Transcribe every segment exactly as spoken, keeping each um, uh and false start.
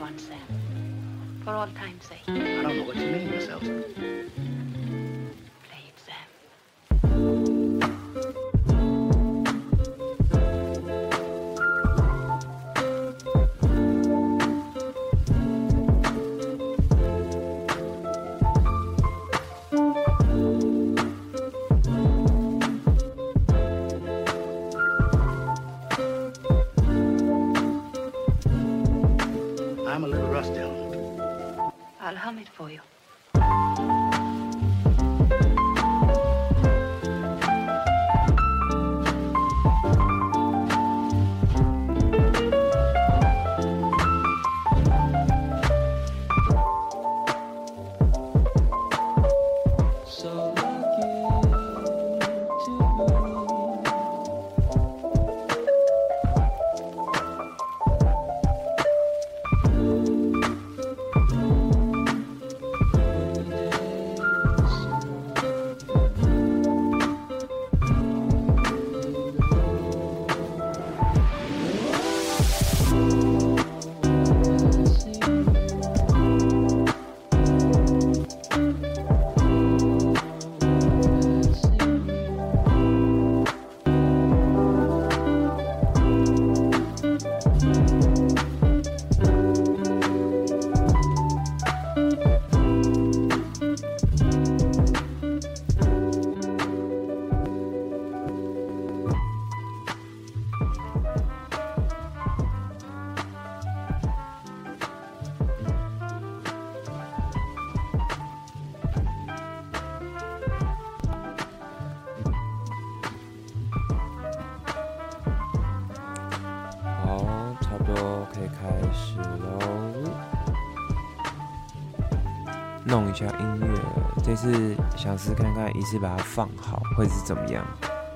one, Sam. For all time's sake. I don't know what you mean, Miss Elton. Play it, Sam. I'm a little rusty on it. I'll hum it for you. 好，差不多可以开始喽。弄一下音乐，这次想试看看一次把它放好会是怎么样。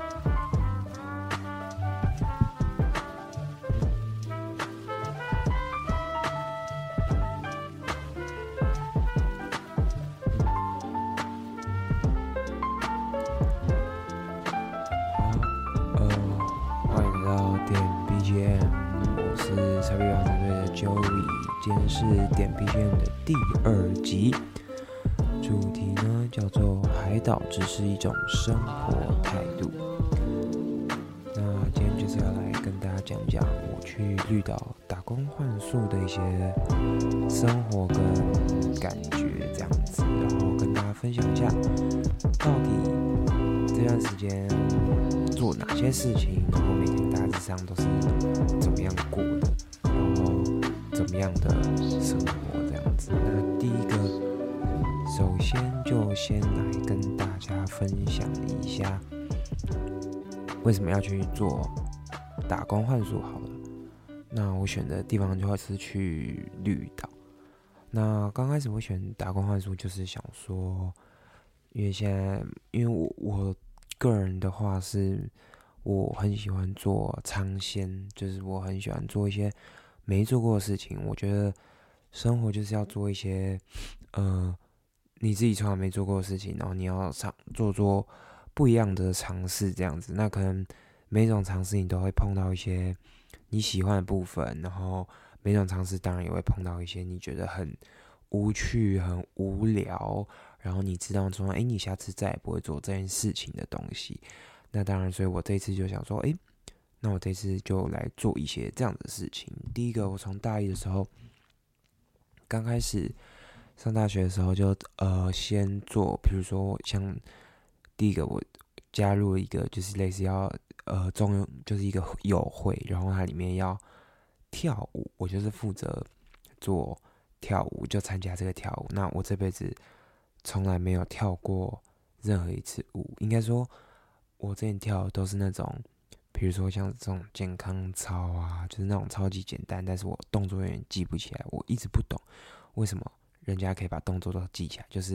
差别网团队的 Joey， 今天是点 B G M 的第二集，主题呢叫做海岛只是一种生活态度。那今天就是要来跟大家讲讲我去绿岛打工换宿的一些生活跟感觉这样子，然后跟大家分享一下到底这段时间做哪些事情，然后每天大致上都是怎么样过的。怎么样的生活这样子？那第一个，首先就先来跟大家分享一下，为什么要去做打工换宿好了。那我选的地方就会是去绿岛。那刚开始我选打工换宿，就是想说，因为现在，因为我我个人的话是，我很喜欢做尝鲜，就是我很喜欢做一些没做过的事情。我觉得生活就是要做一些呃你自己从来没做过的事情，然后你要尝做做不一样的尝试这样子。那可能每种尝试你都会碰到一些你喜欢的部分，然后每种尝试当然也会碰到一些你觉得很无趣很无聊，然后你知道说哎，你下次再也不会做这件事情的东西。那当然所以我这一次就想说哎，那我这次就来做一些这样的事情。第一个，我从大一的时候，刚开始上大学的时候就，就呃先做，比如说像第一个，我加入了一个就是类似要呃中就是一个友会，然后它里面要跳舞，我就是负责做跳舞，就参加这个跳舞。那我这辈子从来没有跳过任何一次舞，应该说，我之前跳的都是那种。比如说像这种健康操啊，就是那种超级简单，但是我动作有点记不起来。我一直不懂为什么人家可以把动作都记起来，就是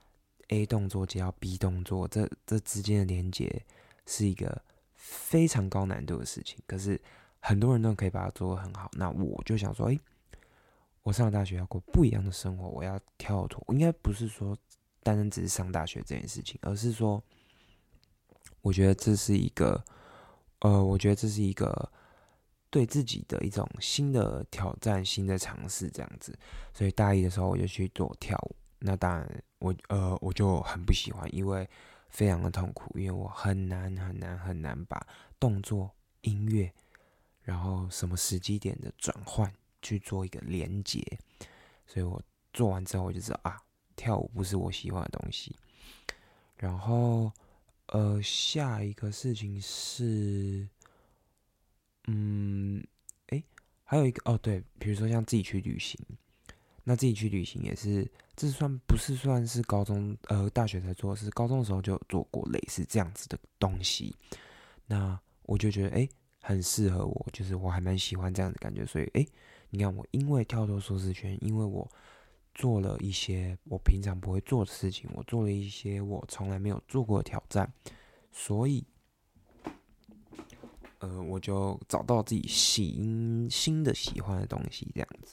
A 动作接到 B 动作，这这之间的连结是一个非常高难度的事情。可是很多人都可以把它做得很好。那我就想说，哎、欸，我上了大学要过不一样的生活，我要跳脱。应该不是说单单只是上大学这件事情，而是说，我觉得这是一个。呃，我觉得这是一个对自己的一种新的挑战、新的尝试这样子。所以大一的时候我就去做跳舞，那当然我呃我就很不喜欢，因为非常的痛苦，因为我很难很难很难把动作、音乐，然后什么时机点的转换去做一个连结，所以我做完之后我就知道啊，跳舞不是我喜欢的东西。然后呃下一个事情是，嗯，诶，还有一个哦对，比如说像自己去旅行，那自己去旅行也是，这算不是算是高中呃大学才做的事，高中的时候就有做过类似这样子的东西。那我就觉得诶很适合我，就是我还蛮喜欢这样的感觉，所以诶你看我因为跳脱舒适圈，因为我做了一些我平常不会做的事情，我做了一些我从来没有做过的挑战，所以呃我就找到自己新新的喜欢的东西这样子。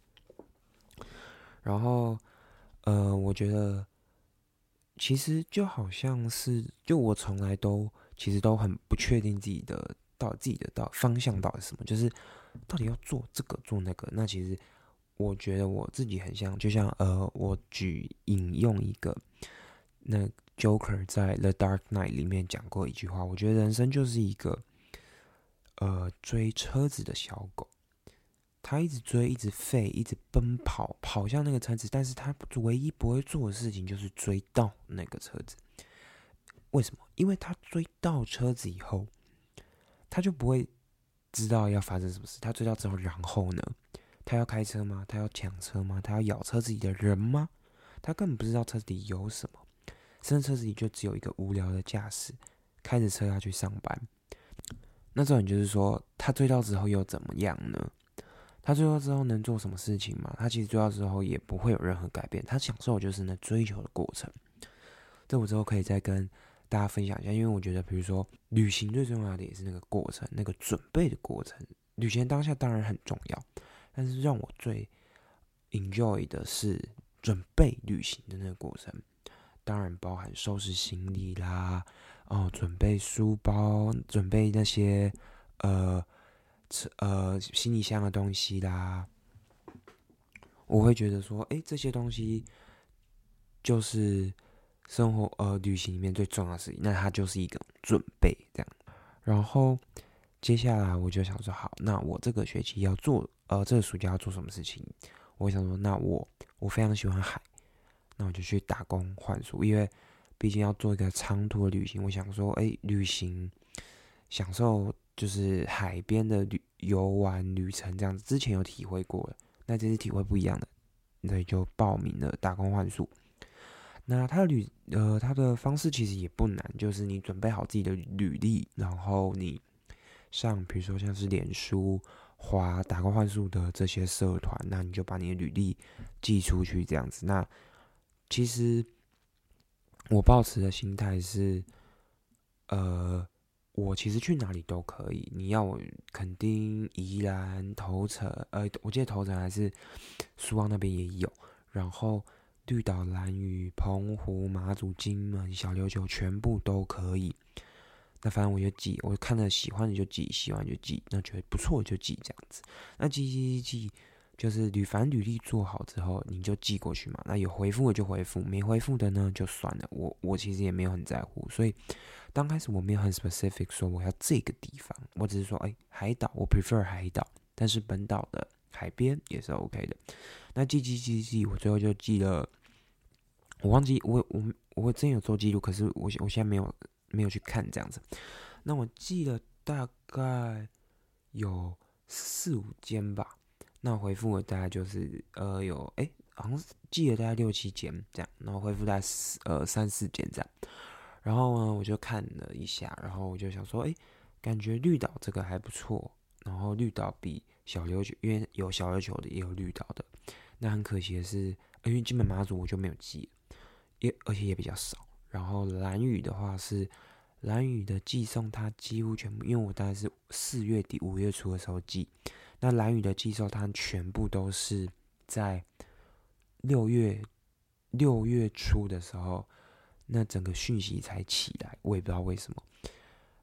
然后呃我觉得其实就好像是，就我从来都其实都很不确定自己的到自己的到方向到底是什么，就是到底要做这个做那个。那其实我觉得我自己很像，就像呃，我举引用一个那 Joker 在 The Dark Knight 里面讲过一句话，我觉得人生就是一个呃追车子的小狗。他一直追，一直吠，一直奔跑，跑向那个车子，但是他唯一不会做的事情就是追到那个车子。为什么？因为他追到车子以后，他就不会知道要发生什么事。他追到之后，然后呢？他要开车吗？他要抢车吗？他要咬车子里的人吗？他根本不知道车子里有什么，甚至车子里就只有一个无聊的驾驶，开着车要去上班。那重点就是说，他追到之后又怎么样呢？他追到之后能做什么事情吗？他其实追到之后也不会有任何改变，他享受的就是那追求的过程。这我之后可以再跟大家分享一下，因为我觉得，比如说旅行最重要的也是那个过程，那个准备的过程。旅行当下当然很重要，但是让我最 enjoy 的是准备旅行的那个过程。当然包含收拾行李啦，哦，准备书包，准备那些呃。呃，行李箱的东西啦，我会觉得说，哎、欸，这些东西就是生活呃旅行里面最重要的事情，那它就是一个准备这样。然后接下来我就想说，好，那我这个学期要做呃这个暑假要做什么事情？我想说，那我我非常喜欢海，那我就去打工换宿，因为毕竟要做一个长途的旅行，我想说，哎、欸，旅行享受。就是海边的旅游玩旅程这样子，之前有体会过了，那这次体会不一样的，所以就报名了打工换宿。那他的旅呃他的方式其实也不难，就是你准备好自己的履历，然后你上比如说像是脸书、滑打工换宿的这些社团，那你就把你的履历寄出去这样子。那其实我抱持的心态是，呃。我其实去哪里都可以，你要我垦丁、宜兰、头城，呃，我记得头城还是苏澳那边也有，然后绿岛、兰屿、澎湖、马祖、金门、小琉球全部都可以。那反正我就寄，我看了喜欢的就寄，喜欢就寄，那觉得不错就寄这样子。那寄寄寄寄，就是履反正履历做好之后，你就寄过去嘛。那有回复的就回复，没回复的呢就算了。我我其实也没有很在乎，所以。刚开始我没有很 specific 说我要这个地方，我只是说，哎、欸，海岛，我 prefer 海岛，但是本岛的海边也是 OK 的。那寄寄寄寄，我最后就寄了，我忘记我我我真有做记录，可是我我现在没有没有去看这样子。那我寄了大概有四五间吧，那我回复我大概就是呃有哎、欸，好像寄了大概六七间这样，然后回复大概呃三四间这样。然后呢，我就看了一下，然后我就想说，哎，感觉绿岛这个还不错。然后绿岛比小琉球，因为有小琉球的，也有绿岛的。那很可惜的是，因为金门马祖我就没有寄，也而且也比较少。然后兰屿的话是兰屿的寄送，它几乎全部，因为我大概是四月底五月初的时候寄，那兰屿的寄送它全部都是在六月六月初的时候。那整个讯息才起来，我也不知道为什么。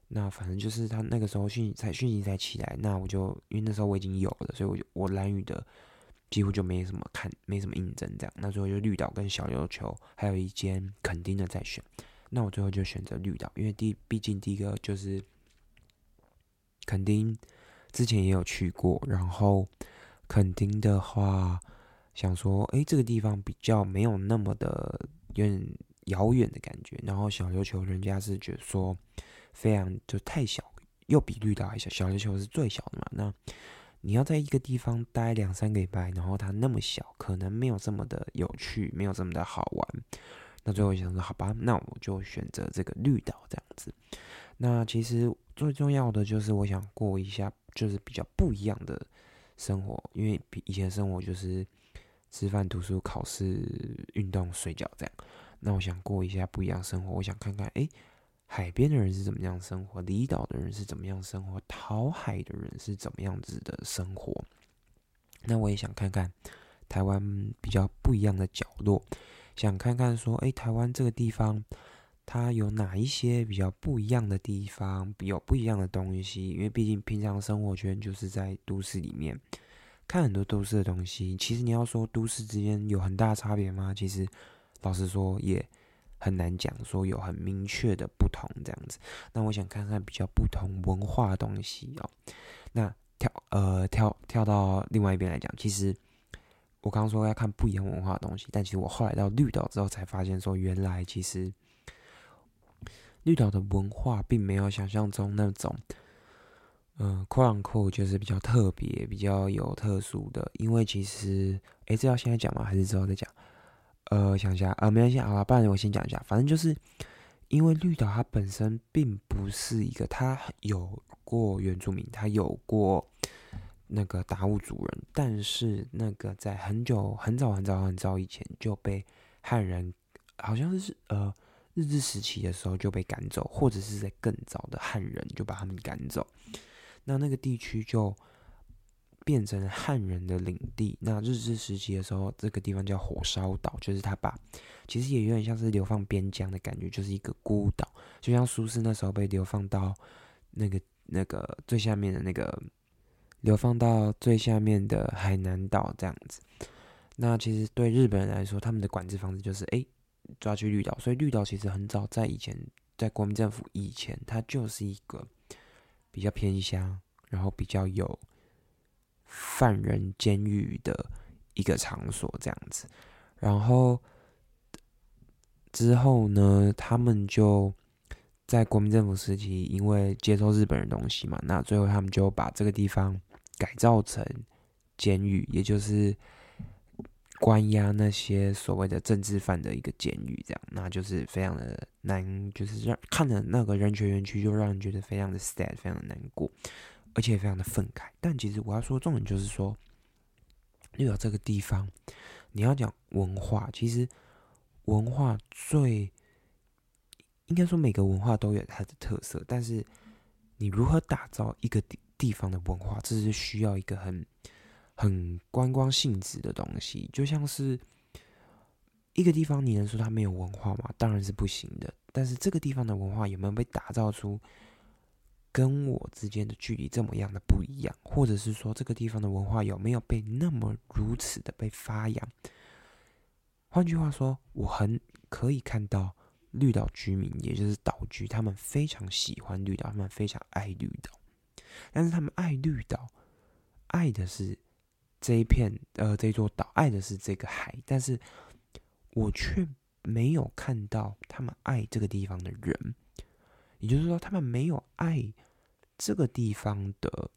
那反正就是他那个时候讯才讯息才起来，那我就因为那时候我已经有了，所以我就我蓝屿的几乎就没什么看，没什么应征这样。那最后就绿岛跟小琉球，还有一间垦丁的在选。那我最后就选择绿岛，因为第毕竟第一个就是垦丁之前也有去过，然后垦丁的话想说，哎、欸，这个地方比较没有那么的有点遥远的感觉。然后小琉球人家是觉得说非常就太小，又比绿岛还小，小琉球是最小的嘛。那你要在一个地方待两三个礼拜，然后它那么小，可能没有这么的有趣，没有这么的好玩。那最后想说，好吧，那我就选择这个绿岛这样子。那其实最重要的就是我想过一下，就是比较不一样的生活，因为以前生活就是吃饭、读书、考试、运动、睡觉这样。那我想过一下不一样的生活，我想看看，哎、欸，海边的人是怎么样生活，离岛的人是怎么样生活，讨海的人是怎么样子的生活。那我也想看看台湾比较不一样的角落。想看看说，哎、欸，台湾这个地方，它有哪一些比较不一样的地方，有不一样的东西？因为毕竟平常生活圈就是在都市里面看很多都市的东西。其实你要说都市之间有很大差别吗？其实老实说也很难讲，说有很明确的不同这样子。那我想看看比较不同文化的东西哦。那跳呃跳跳到另外一边来讲，其实。我刚刚说要看不一样文化的东西，但其实我后来到绿岛之后才发现说，原来其实绿岛的文化并没有想象中那种，嗯 ，quote unquote 就是比较特别、比较有特殊的。因为其实，哎，这要现在讲吗？还是之后再讲？呃，想一下，呃，没关系，好了，不然我先讲一下。反正就是因为绿岛它本身并不是一个，它有过原住民，它有过。那个达悟族人，但是那个在很久很早很早很早以前就被汉人，好像是呃日治时期的时候就被赶走，或者是在更早的汉人就把他们赶走，那那个地区就变成汉人的领地。那日治时期的时候，这个地方叫火烧岛，就是他把其实也有点像是流放边疆的感觉，就是一个孤岛，就像苏轼那时候被流放到那个那个最下面的那个。流放到最下面的海南岛这样子。那其实对日本人来说，他们的管制方式就是哎、欸、抓去绿岛，所以绿岛其实很早在以前，在国民政府以前，它就是一个比较偏乡，然后比较有犯人监狱的一个场所这样子。然后之后呢，他们就在国民政府时期，因为接受日本人东西嘛，那最后他们就把这个地方改造成监狱，也就是关押那些所谓的政治犯的一个监狱，这样，那就是非常的难，就是让看了那个人权园区，就让人觉得非常的 sad， 非常的难过，而且非常的愤慨。但其实我要说重点就是说，绿岛这个地方，你要讲文化，其实文化最应该说每个文化都有它的特色，但是你如何打造一个地地方的文化，这是需要一个很很观光性质的东西。就像是一个地方，你能说它没有文化吗？当然是不行的。但是这个地方的文化有没有被打造出跟我之间的距离这么样的不一样，或者是说这个地方的文化有没有被那么如此的被发扬？换句话说，我很可以看到绿岛居民，也就是岛居，他们非常喜欢绿岛，他们非常爱绿岛。但是他们爱绿岛，爱的是这一片呃这座岛，爱的是这个海，但是我却没有看到他们爱这个地方的人，也就是说，他们没有爱这个地方的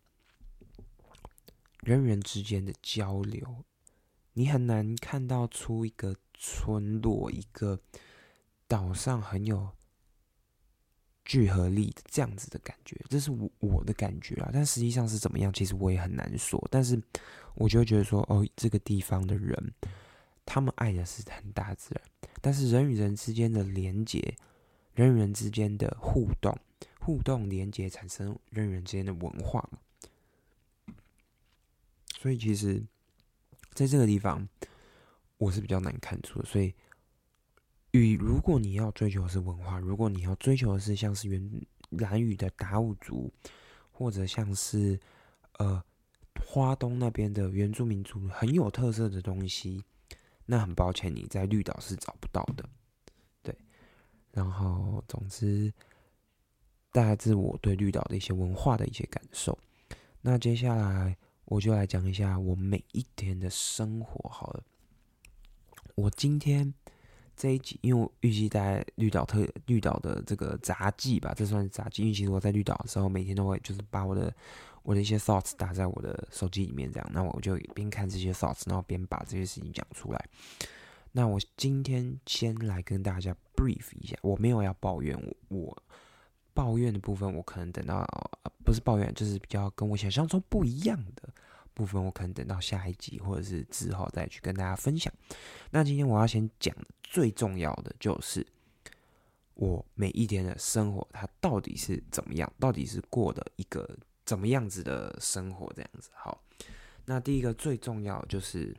人与人之间的交流。你很难看到出一个村落，一个岛上很有聚合力的这样子的感觉，这是我我的感觉啊。但实际上是怎么样，其实我也很难说。但是我就会觉得说，哦，这个地方的人，他们爱的是很大自然，但是人与人之间的连结，人与人之间的互动，互动连结产生人与人之间的文化嘛。所以其实在这个地方，我是比较难看出的。所以与如果你要追求的是文化，如果你要追求的是像是原兰屿的达悟族，或者像是呃花东那边的原住民族很有特色的东西，那很抱歉你在绿岛是找不到的。对，然后总之大概是我对绿岛的一些文化的一些感受。那接下来我就来讲一下我每一天的生活好了。我今天这一集，因为我预计在绿岛特绿岛的这个杂记吧，这算是杂记。因为其实我在绿岛的时候，每天都会就是把我的我的一些 thoughts 打在我的手机里面，这样，那我就边看这些 thoughts， 然后边把这些事情讲出来。那我今天先来跟大家 brief 一下，我没有要抱怨，我我抱怨的部分，我可能等到、呃、不是抱怨，就是比较跟我想象中不一样的部分，我可能等到下一集或者是之后再去跟大家分享。那今天我要先讲的最重要的就是我每一天的生活，它到底是怎么样，到底是过的一个怎么样子的生活这样子。好，那第一个最重要的就是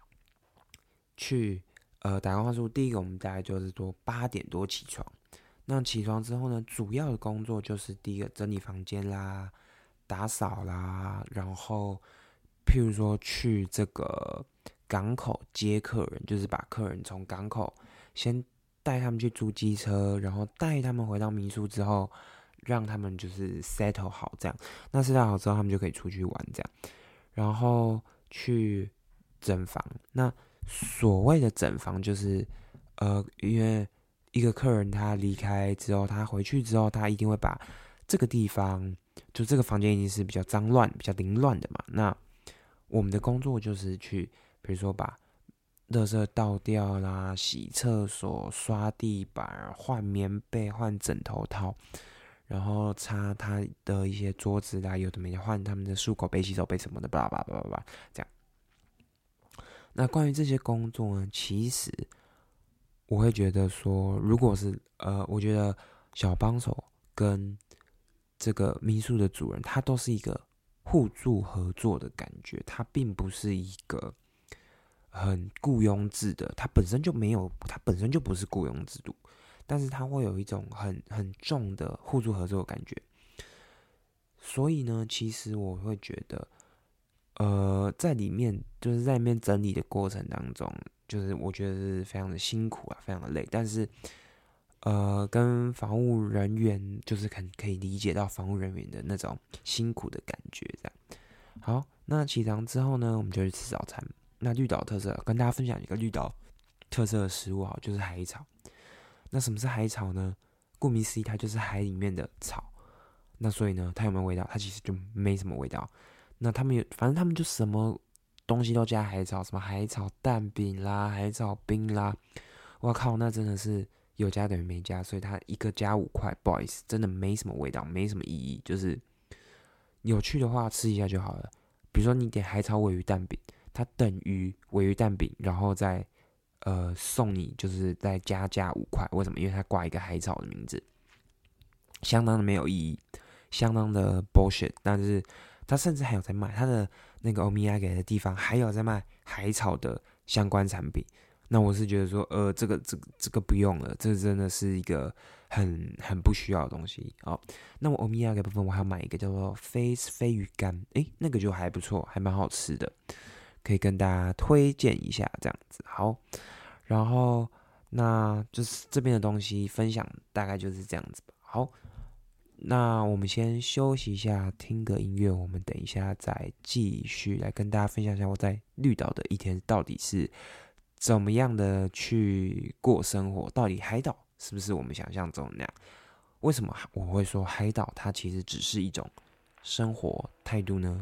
去呃打工换宿。第一个我们大概就是说八点多起床，那起床之后呢，主要的工作就是第一个整理房间啦、打扫啦，然后譬如说去这个港口接客人，就是把客人从港口先带他们去租机车，然后带他们回到民宿之后，让他们就是 settle 好这样。那 settle 好之后，他们就可以出去玩这样。然后去整房，那所谓的整房就是呃，因为一个客人他离开之后，他回去之后，他一定会把这个地方，就这个房间一定是比较脏乱、比较凌乱的嘛。那我们的工作就是去，比如说把垃圾倒掉啦，洗厕所、刷地板、换棉被、换枕头套，然后擦他的一些桌子啦，有的没的，换他们的漱口杯、洗手杯什么的，巴拉巴拉巴拉巴拉这样。那关于这些工作呢，其实我会觉得说，如果是呃，我觉得小帮手跟这个民宿的主人，他都是一个互助合作的感觉，他并不是一个很雇佣制的，他本身就没有，他本身就不是雇佣制度，但是他会有一种很很重的互助合作的感觉。所以呢，其实我会觉得，呃，在里面就是在里面整理的过程当中，就是我觉得是非常的辛苦啊，非常的累，但是呃，跟防务人员就是可可以理解到防务人员的那种辛苦的感觉，这样。好，那起床之后呢，我们就去吃早餐。那绿岛特色，跟大家分享一个绿岛特色的食物好，就是海草。那什么是海草呢？顾名思义，它就是海里面的草。那所以呢，它有没有味道？它其实就没什么味道。那他们有，反正他们就什么东西都加海草，什么海草蛋饼啦、海草冰啦。我靠，那真的是有加等于没加，所以它一个加五块，不好意思，真的没什么味道，没什么意义。就是有趣的话吃一下就好了。比如说你点海草鲔鱼蛋饼，它等于鲔鱼蛋饼，然后再呃送你就是再加价五块。为什么？因为它挂一个海草的名字，相当的没有意义，相当的 bullshit。但是它甚至还有在卖，它的那个欧米亚给的地方还有在卖海草的相关产品。那我是觉得说，呃，这个这个这个不用了，这个真的是一个很很不需要的东西哦。那我欧米亚给部分，我还要买一个叫做飞飞鱼干，诶，那个就还不错，还蛮好吃的，可以跟大家推荐一下这样子。好，然后那就是这边的东西分享大概就是这样子吧。好，那我们先休息一下，听个音乐，我们等一下再继续来跟大家分享一下我在绿岛的一天到底是怎么样的去过生活，到底海岛是不是我们想象中那样？为什么我会说海岛它其实只是一种生活态度呢？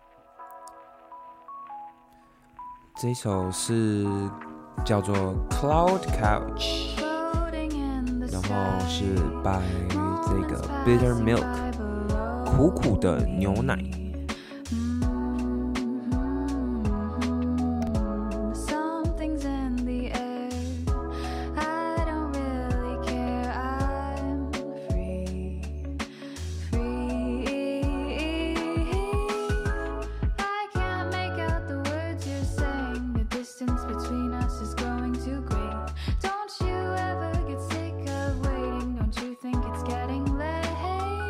这一首是叫做 Cloud Couch， 然后是 by 这个 Bitter Milk， 苦苦的牛奶。 Don't you ever get sick of waiting? Don't you think it's getting late?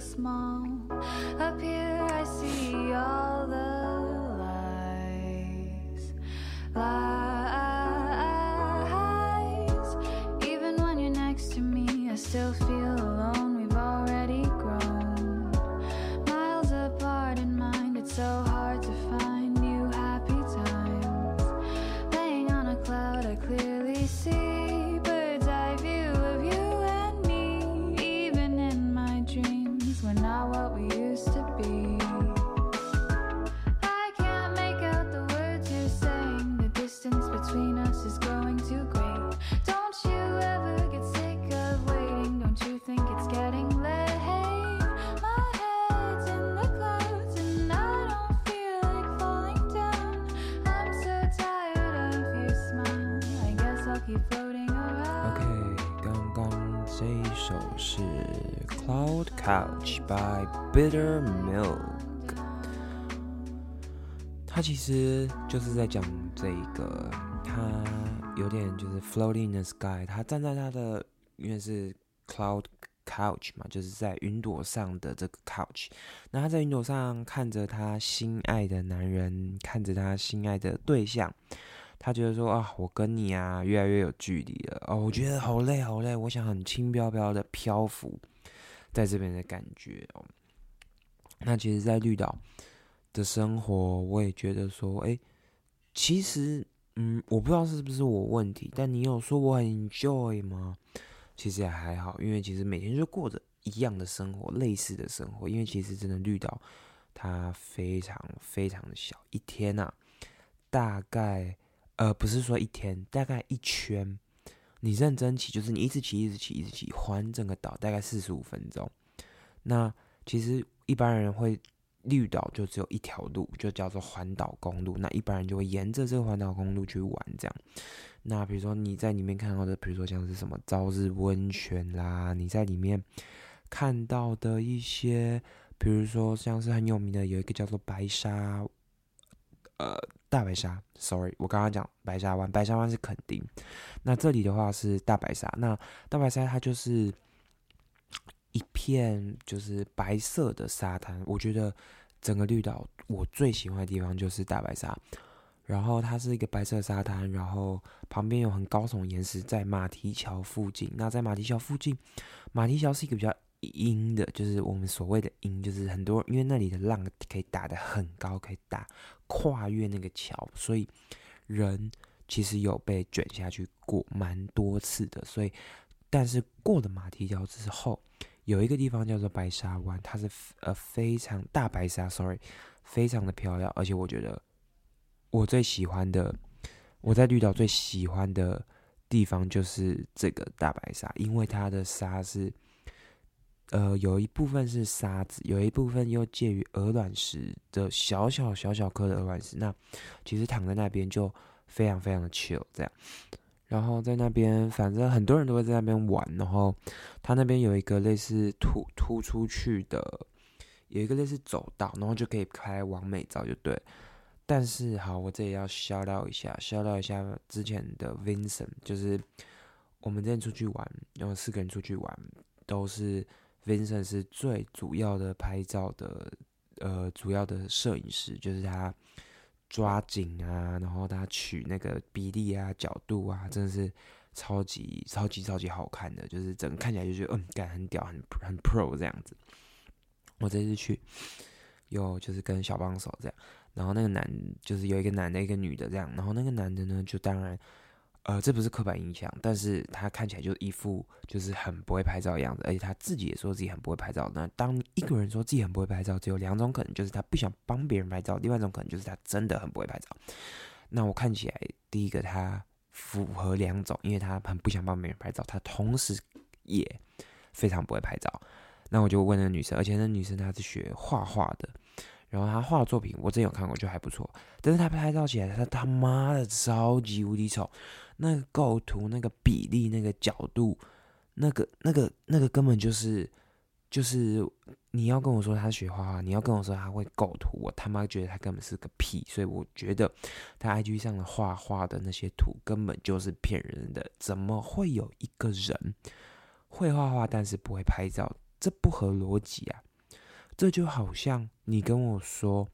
small. Up here I see all the lies, lies. Even when you're next to me, I still feel alone. We've already grown miles apart in mind. It's so hard to find new happy times. Laying on a cloud, I clearly see bird's eye view of you and me. Even in my dreams, we're not what we used to be. I can't make out the words you're saying. The distance between us is growing too great. Don't you ever get sick of waiting? Don't you think it's getting late? My head's in the clouds and I don't feel like falling down. I'm so tired of your smile. I guess I'll keep floating around. OK， 刚刚这一首是 Cloud Couch by Bitter Milk。它其实就是在讲这个，它有点就是 floating in the sky， 它站在它的，因为是 cloud couch 嘛，就是在云朵上的这个 couch。那他在云朵上看着他心爱的男人，看着他心爱的对象，他觉得说啊，我跟你啊越来越有距离了哦，我觉得好累好累，我想很轻飘飘的漂浮在这边的感觉哦。那其实，在绿岛的生活，我也觉得说，哎，其实，嗯，我不知道是不是我问题，但你有说我很 enjoy 吗？其实也还好，因为其实每天就过着一样的生活，类似的生活。因为其实真的绿岛它非常非常的小，一天啊，大概呃不是说一天，大概一圈，你认真骑，就是你一直骑一直骑一直骑，环整个岛大概四十五分钟。那其实一般人会绿岛就只有一条路，就叫做环岛公路。那一般人就会沿着这个环岛公路去玩，这样。那比如说你在里面看到的，比如说像是什么朝日温泉啦，你在里面看到的一些，比如说像是很有名的有一个叫做白沙，呃，大白沙 ，sorry， 我刚刚讲白沙湾，白沙湾是垦丁，那这里的话是大白沙。那大白沙它就是一片就是白色的沙滩，我觉得整个绿岛我最喜欢的地方就是大白沙。然后它是一个白色沙滩，然后旁边有很高耸岩石，在马蹄桥附近。那在马蹄桥附近，马蹄桥是一个比较阴的，就是我们所谓的阴，就是很多因为那里的浪可以打得很高，可以打跨越那个桥，所以人其实有被卷下去过蛮多次的。所以，但是过了马蹄桥之后，有一个地方叫做白沙湾，它是呃非常大白沙 ，sorry， 非常的漂亮，而且我觉得。我最喜欢的，我在绿岛最喜欢的地方就是这个大白沙，因为它的沙是，呃，有一部分是沙子，有一部分又介于鹅卵石的小小小小颗的鹅卵石。那其实躺在那边就非常非常的 chill 这样。然后在那边，反正很多人都会在那边玩。然后它那边有一个类似突突出去的，有一个类似走道，然后就可以拍完美照，就对了。但是好，我这里要 shout out 一下 ，shout out 一下之前的 Vincent， 就是我们之前出去玩，然后四个人出去玩，都是 Vincent 是最主要的拍照的，呃，主要的摄影师，就是他抓景啊，然后他取那个比例啊、角度啊，真的是超级超级超级好看的，就是整个看起来就觉得嗯，感很屌，很很 pro 这样子。我这次去，有就是跟小帮手这样。然后那个男就是有一个男的一个女的这样，然后那个男的呢就当然，呃，这不是刻板印象，但是他看起来就一副就是很不会拍照的样子，而且他自己也说自己很不会拍照。那当一个人说自己很不会拍照，只有两种可能，就是他不想帮别人拍照，另外一种可能就是他真的很不会拍照。那我看起来第一个他符合两种，因为他很不想帮别人拍照，他同时也非常不会拍照。那我就问那个女生，而且那女生她是学画画的。然后他画的作品我之前有看过，就还不错。但是他拍照起来，他他妈的超级无敌丑，那个构图、那个比例、那个角度，那个、那个、那个根本就是就是你要跟我说他学画画，你要跟我说他会构图，我他妈觉得他根本是个屁。所以我觉得他 I G 上的画画的那些图根本就是骗人的。怎么会有一个人会画画，但是不会拍照？这不合逻辑啊！ 这就好像你跟我说，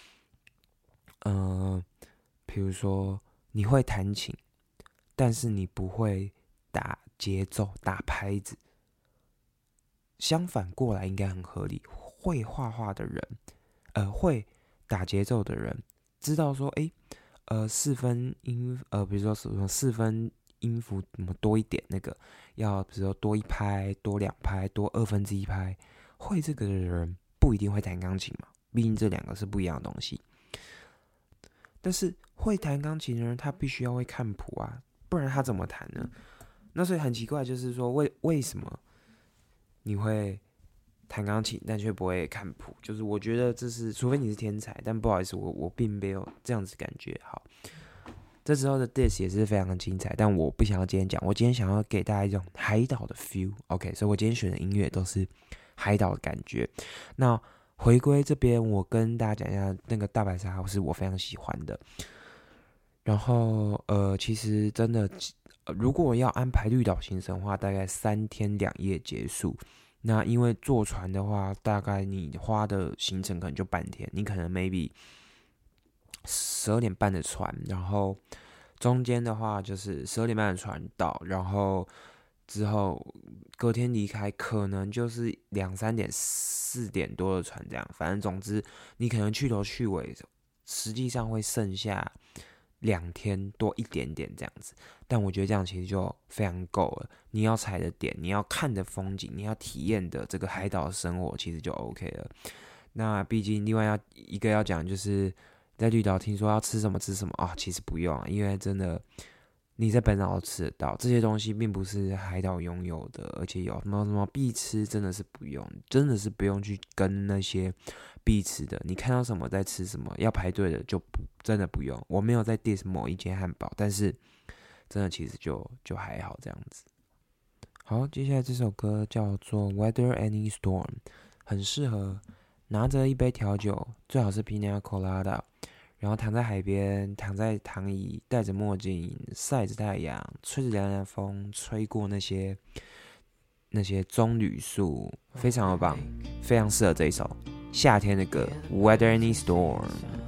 呃，比如说你会弹琴，但是你不会打节奏、打拍子。相反过来应该很合理。会画画的人，呃，会打节奏的人，知道说，哎，呃，四分音，呃，比如说什么四分音符怎么多一点，那个要比如说多一拍、多两拍、多二分之一拍。会这个的人不一定会弹钢琴嘛，毕竟这两个是不一样的东西。但是会弹钢琴的人，他必须要会看谱啊，不然他怎么弹呢？那所以很奇怪，就是说为为什么你会弹钢琴，但却不会看谱？就是我觉得这是，除非你是天才，但不好意思，我我并没有这样子感觉。好，这之后的 diss 也是非常的精彩，但我不想要今天讲，我今天想要给大家一种海岛的 feel。OK， 所以我今天选的音乐都是海岛的感觉。那回归这边，我跟大家讲一下，那个大白鲨是我非常喜欢的。然后呃，其实真的，呃、如果要安排绿岛行程的话，大概三天两夜结束。那因为坐船的话，大概你花的行程可能就半天，你可能 maybe 十二点半的船，然后中间的话就是十二点半的船到，然后之后隔天离开，可能就是两三点、四点多的船这样。反正总之，你可能去头去尾，实际上会剩下两天多一点点这样子。但我觉得这样其实就非常够了。你要踩的点，你要看的风景，你要体验的这个海岛的生活，其实就 OK 了。那毕竟另外要一个要讲，就是在绿岛听说要吃什么吃什么啊，其实不用啊，因为真的你在本岛都吃得到这些东西，并不是海岛拥有的，而且有什么什么必吃，真的是不用，真的是不用去跟那些必吃的，你看到什么在吃什么，要排队的就不真的不用。我没有在 diss 某一间汉堡，但是真的其实就就还好这样子。好，接下来这首歌叫做 Weather Any Storm， 很适合拿着一杯调酒，最好是 Pina Colada， 然后躺在海边，躺在躺椅，戴着墨镜，晒着太阳，吹着凉凉风，吹过那些那些棕榈树，非常的棒，非常适合这一首夏天的歌 Weather Any Storm。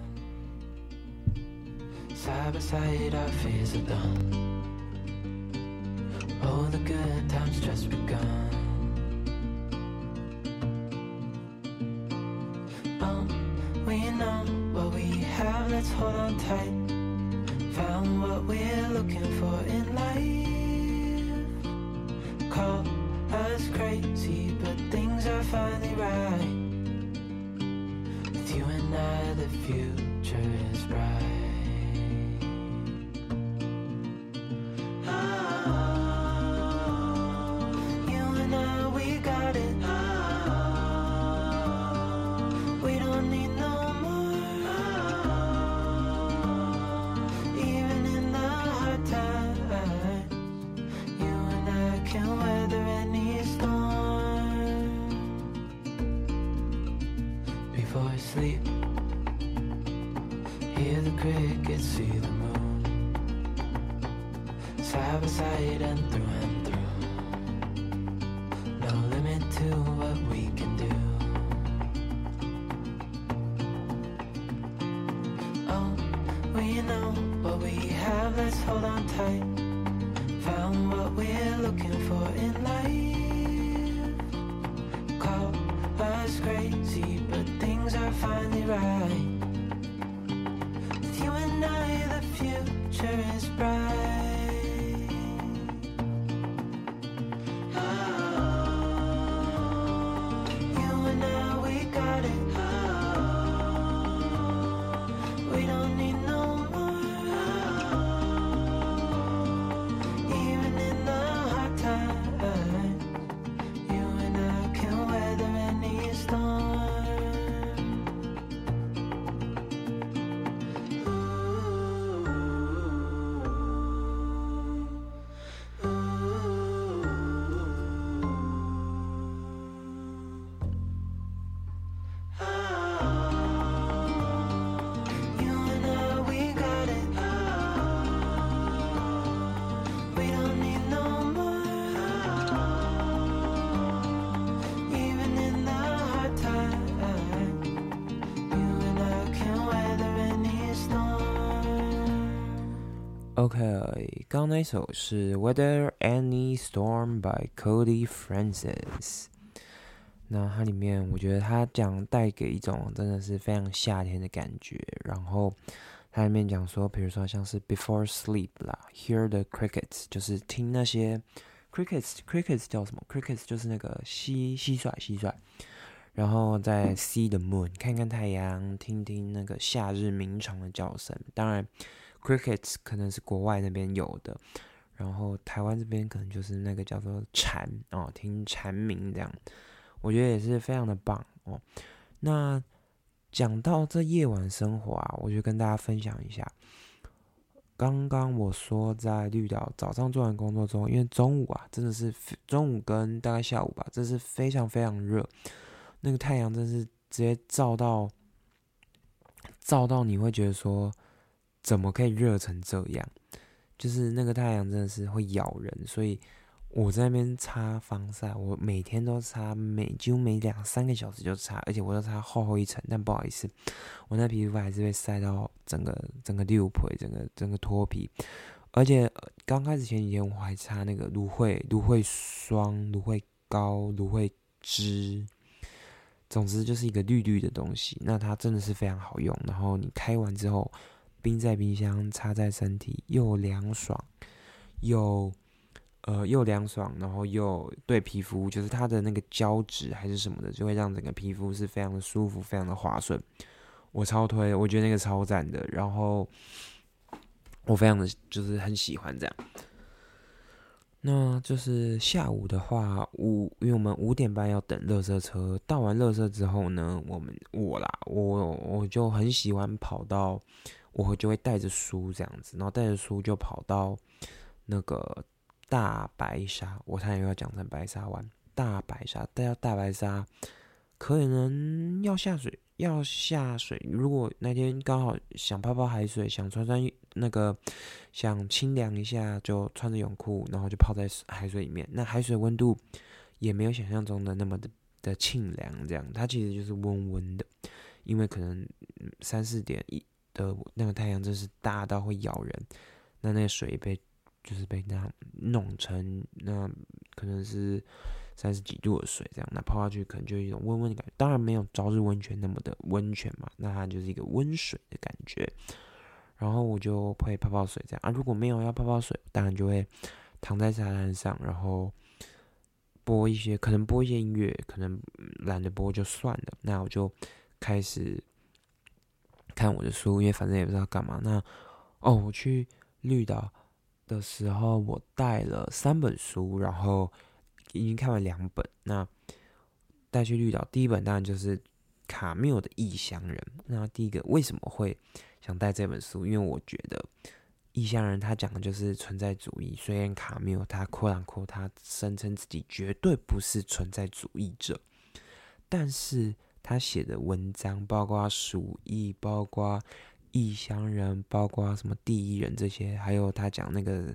Side by side our fears are done. All the good times just begun. Oh, we know what we have, let's hold on tight. Found what we're looking for in life. Call us crazy, but things are finally right. With you and I, the future is bright. Sleep, hear the crickets, see the moon, side by side and through and through. No limit to what we can do. Oh, we know what we have, let's hold on tight. Found what we're looking for in life. Call us crazy, but things are finally right. With you and I, the future is bright. Oh, you and I, we got it. Oh, we don't need no more. Oh, even in the hard times, you and I can weather any storm. OK， 刚刚那首是 Weather Any Storm by Cody Francis。那它里面，我觉得它讲带给一种真的是非常夏天的感觉。然后它里面讲说，比如说像是 Before Sleep 啦 ，Hear the Crickets， 就是听那些 Crickets，Crickets 叫什么 ？Crickets 就是那个蟋蟋蟀，蟋蟀。然后再 See the Moon， 看看太阳，听听那个夏日鸣虫的叫声。当然 ，Crickets 可能是国外那边有的，然后台湾这边可能就是那个叫做蝉哦，听蝉鸣这样，我觉得也是非常的棒哦。那讲到这夜晚生活啊，我就跟大家分享一下。刚刚我说在绿岛早上做完工作之后，因为中午啊，真的是中午跟大概下午吧，这是非常非常热。那个太阳真是直接照到，照到你会觉得说，怎么可以热成这样？就是那个太阳真的是会咬人，所以我在那边擦防晒，我每天都擦，每几乎每两三个小时就擦，而且我都擦厚厚一层。但不好意思，我那皮肤还是被晒到整个整个六皮，整个整个脱皮。而且刚开始前几天我还擦那个芦荟芦荟霜、芦荟膏、芦荟汁。总之就是一个绿绿的东西，那它真的是非常好用。然后你开完之后，冰在冰箱，擦在身体，又凉爽，又呃又凉爽，然后又对皮肤，就是它的那个胶质还是什么的，就会让整个皮肤是非常的舒服，非常的滑顺。我超推，我觉得那个超赞的。然后我非常的就是很喜欢这样。那就是下午的话，五因为我们五点半要等垃圾车，到完垃圾之后呢，我们我啦，我我就很喜欢跑到，我就会带着书这样子，然后带着书就跑到那个大白鲨，我差点又要讲成白沙湾，大白鲨，带到大白鲨，可能要下水，要下水。如果那天刚好想泡泡海水，想穿穿那个，想清凉一下，就穿着泳裤，然后就泡在海水里面。那海水温度也没有想象中的那么的的清凉，这样它其实就是温温的，因为可能三四点一的那个太阳真是大到会咬人，那那个水被就是被那弄成那可能是三十几度的水这样，那泡下去可能就有一种温温的感觉，当然没有朝日温泉那么的温泉嘛，那它就是一个温水的感觉。然后我就会泡泡水这样啊，如果没有要泡泡水，当然就会躺在沙滩上，然后播一些，可能播一些音乐，可能懒得播就算了。那我就开始看我的书，因为反正也不知道干嘛。那哦，我去绿岛的时候，我带了三本书，然后已经看完两本。那带去绿岛，第一本当然就是卡缪的《异乡人》。那第一个为什么会想带这本书？因为我觉得《异乡人》他讲的就是存在主义。虽然卡缪他括然括他声称自己绝对不是存在主义者，但是他写的文章，包括《鼠疫》，包括《异乡人》，包括什么《第一人》这些，还有他讲那个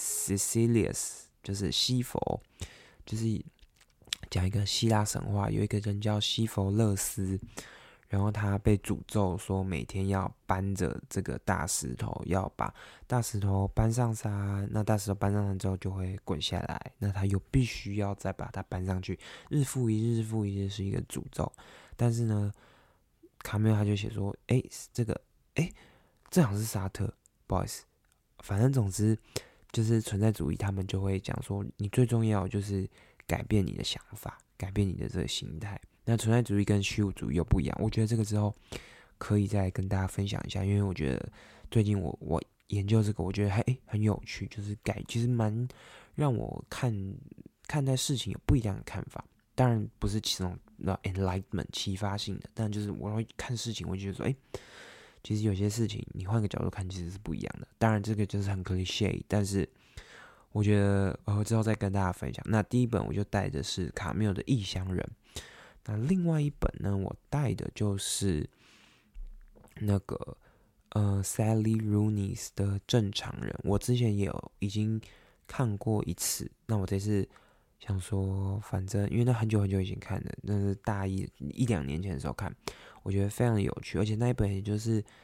Sisylius， 就是西佛，就是讲一个希腊神话，有一个人叫西佛勒斯，然后他被诅咒说每天要搬着这个大石头，要把大石头搬上山，那大石头搬上山之后就会滚下来，那他又必须要再把它搬上去，日复一日，日复一日是一个诅咒。但是呢，卡缪他就写说，哎，这个，哎，这好像是沙特，不好意思，反正总之就是存在主义，他们就会讲说，你最重要的就是改变你的想法，改变你的这个心态。那存在主义跟虚无主义又不一样，我觉得这个之后可以再跟大家分享一下，因为我觉得最近我我研究这个，我觉得还、欸、很有趣，就是改其实蛮让我看看待事情有不一样的看法。当然不是其中的 enlightenment 启发性的，但就是我会看事情，我就觉得说，哎、欸，其实有些事情你换个角度看，其实是不一样的。当然这个就是很 cliché， 但是我觉得呃之后再跟大家分享。那第一本我就带的是卡缪的《异乡人》。那另外一本呢，我带的就是那个呃 Sally Rooney 的《正常人》。我之前也有已经看过一次，那我这次想说，反正因为那很久很久以前看的，那是大一一两年前的时候看，我觉得非常的有趣，而且那一本也就是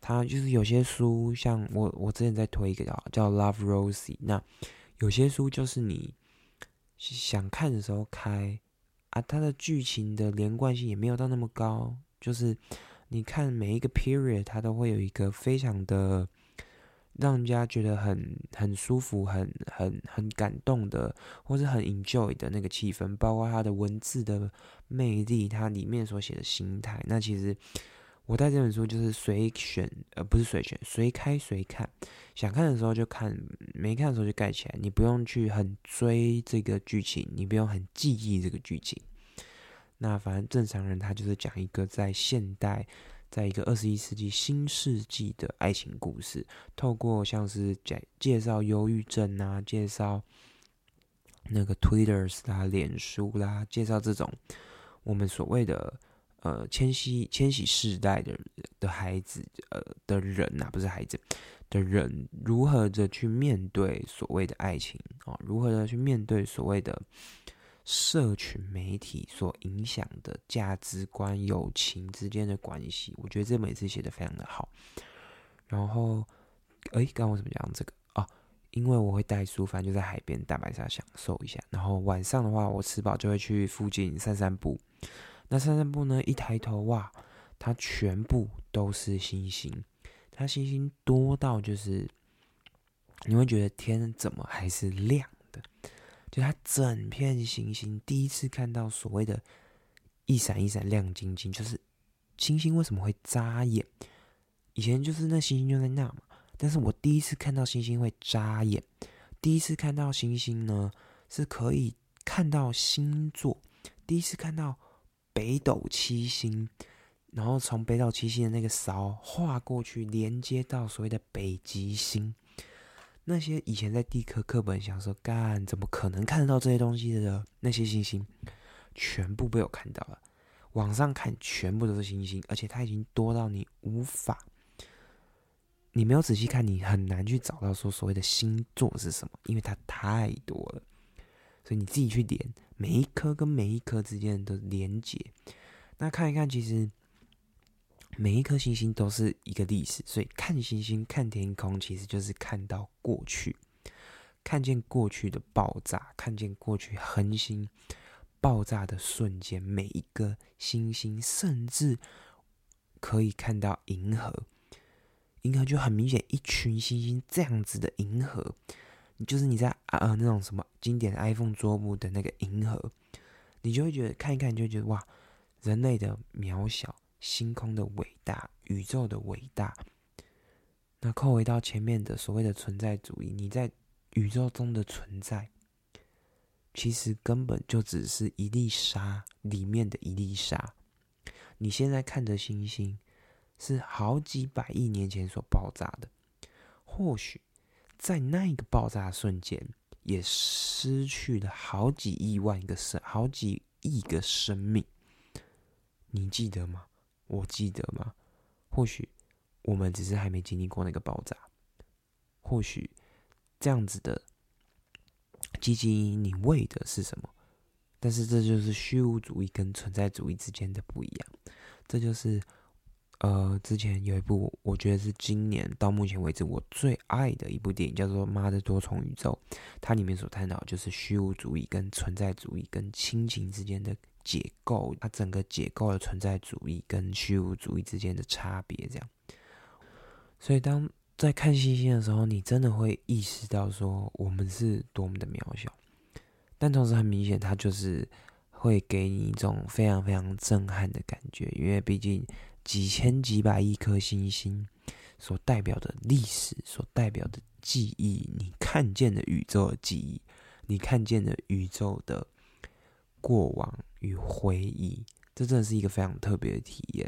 它就是有些书，像我我之前在推一个叫叫 Love Rosie， 那有些书就是你想看的时候开啊，它的剧情的连贯性也没有到那么高，就是你看每一个 period， 它都会有一个非常的让人家觉得很很舒服、很很很感动的，或是很 enjoy 的那个气氛，包括它的文字的魅力，它里面所写的心态。那其实我带这本书就是随选，呃，不是随选，随开随看，想看的时候就看，没看的时候就盖起来。你不用去很追这个剧情，你不用很记忆这个剧情。那反正正常人他就是讲一个在现代，在一个二十一世纪新世纪的爱情故事，透过像是介绍忧郁症啊，介绍那个 Twitter 啦、脸书啦，介绍这种我们所谓的呃千禧千禧世代的的孩子呃的人啊，不是孩子的人，如何的去面对所谓的爱情哦，如何的去面对所谓的社群媒体所影响的价值观、友情之间的关系，我觉得这本也是写得非常的好。然后，哎，刚刚为什么讲这个啊？因为我会带书，反正就在海边大白鲨享受一下。然后晚上的话，我吃饱就会去附近散散步。那散散步呢，一抬头哇，它全部都是星星，它星星多到就是你会觉得天怎么还是亮的。就它整片星星，第一次看到所谓的一闪一闪亮晶晶，就是星星为什么会眨眼？以前就是那星星就在那嘛，但是我第一次看到星星会眨眼，第一次看到星星呢是可以看到星座，第一次看到北斗七星，然后从北斗七星的那个勺画过去，连接到所谓的北极星。那些以前在地科课本想说干怎么可能看得到这些东西的那些星星，全部被我看到了。网上看全部都是星星，而且它已经多到你无法，你没有仔细看，你很难去找到说所谓的星座是什么，因为它太多了。所以你自己去连每一颗跟每一颗之间的连结，那看一看，其实每一颗星星都是一个历史，所以看星星、看天空，其实就是看到过去，看见过去的爆炸，看见过去恒星爆炸的瞬间，每一个星星，甚至可以看到银河。银河就很明显，一群星星这样子的银河，就是你在啊那种什么经典 iPhone 桌布的那个银河，你就会觉得看一看，你就会觉得哇，人类的渺小。星空的伟大，宇宙的伟大。那扣回到前面的所谓的存在主义，你在宇宙中的存在，其实根本就只是一粒沙里面的一粒沙。你现在看的星星，是好几百亿年前所爆炸的，或许在那一个爆炸瞬间，也失去了好几亿万个生，好几亿个生命。你记得吗？我记得吗？或许我们只是还没经历过那个爆炸，或许这样子的积极营营，你为的是什么？但是这就是虚无主义跟存在主义之间的不一样。这就是呃，之前有一部我觉得是今年到目前为止我最爱的一部电影，叫做《妈的多重宇宙》。它里面所探讨的就是虚无主义跟存在主义跟亲情之间的解构，它整个解构了存在主义跟虚无主义之间的差别，这样。所以当在看星星的时候，你真的会意识到说我们是多么的渺小，但同时很明显，它就是会给你一种非常非常震撼的感觉，因为毕竟几千几百亿颗星星所代表的历史，所代表的记忆，你看见的宇宙的记忆，你看见的宇宙的过往与回忆，这真的是一个非常特别的体验。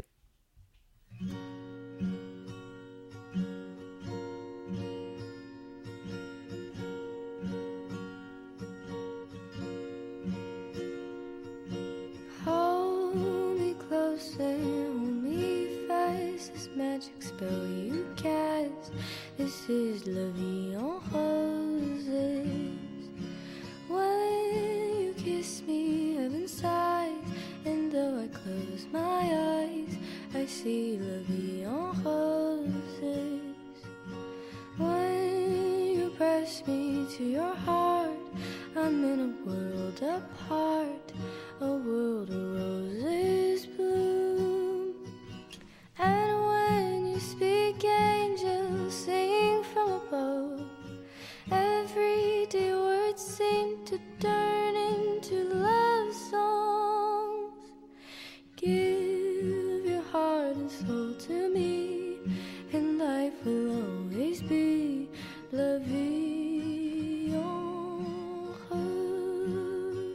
Hold me closer, hold me fast. This magic spell you cast. This is la vie en roses. When you kiss me, heaven sighs, and though I close my eyes, I see la vie apart, a world of roses bloom. And when you speak, angels sing from above. Everyday words seem to turn into love songs. Give your heart and soul to me, and life will always be la vie en rose.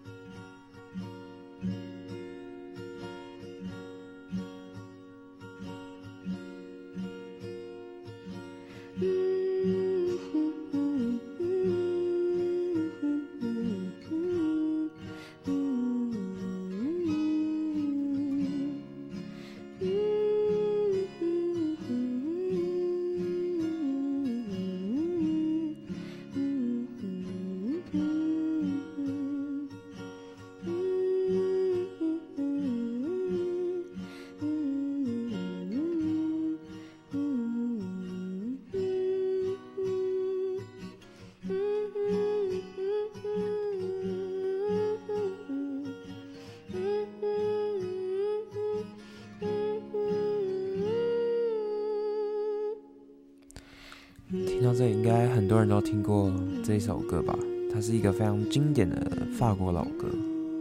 听到这里，应该很多人都听过这一首歌吧？它是一个非常经典的法国老歌。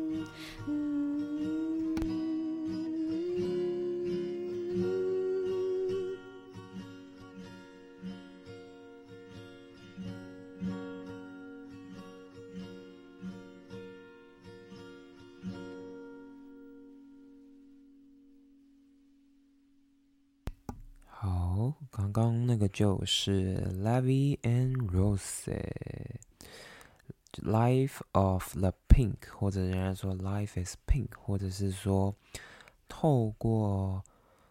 好，刚刚那个就是《La Vie en Rose》，Life of the Pink， 或者人家说 Life is Pink， 或者是说透过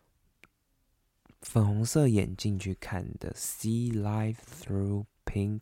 粉红色眼镜去看的 See Life Through Pink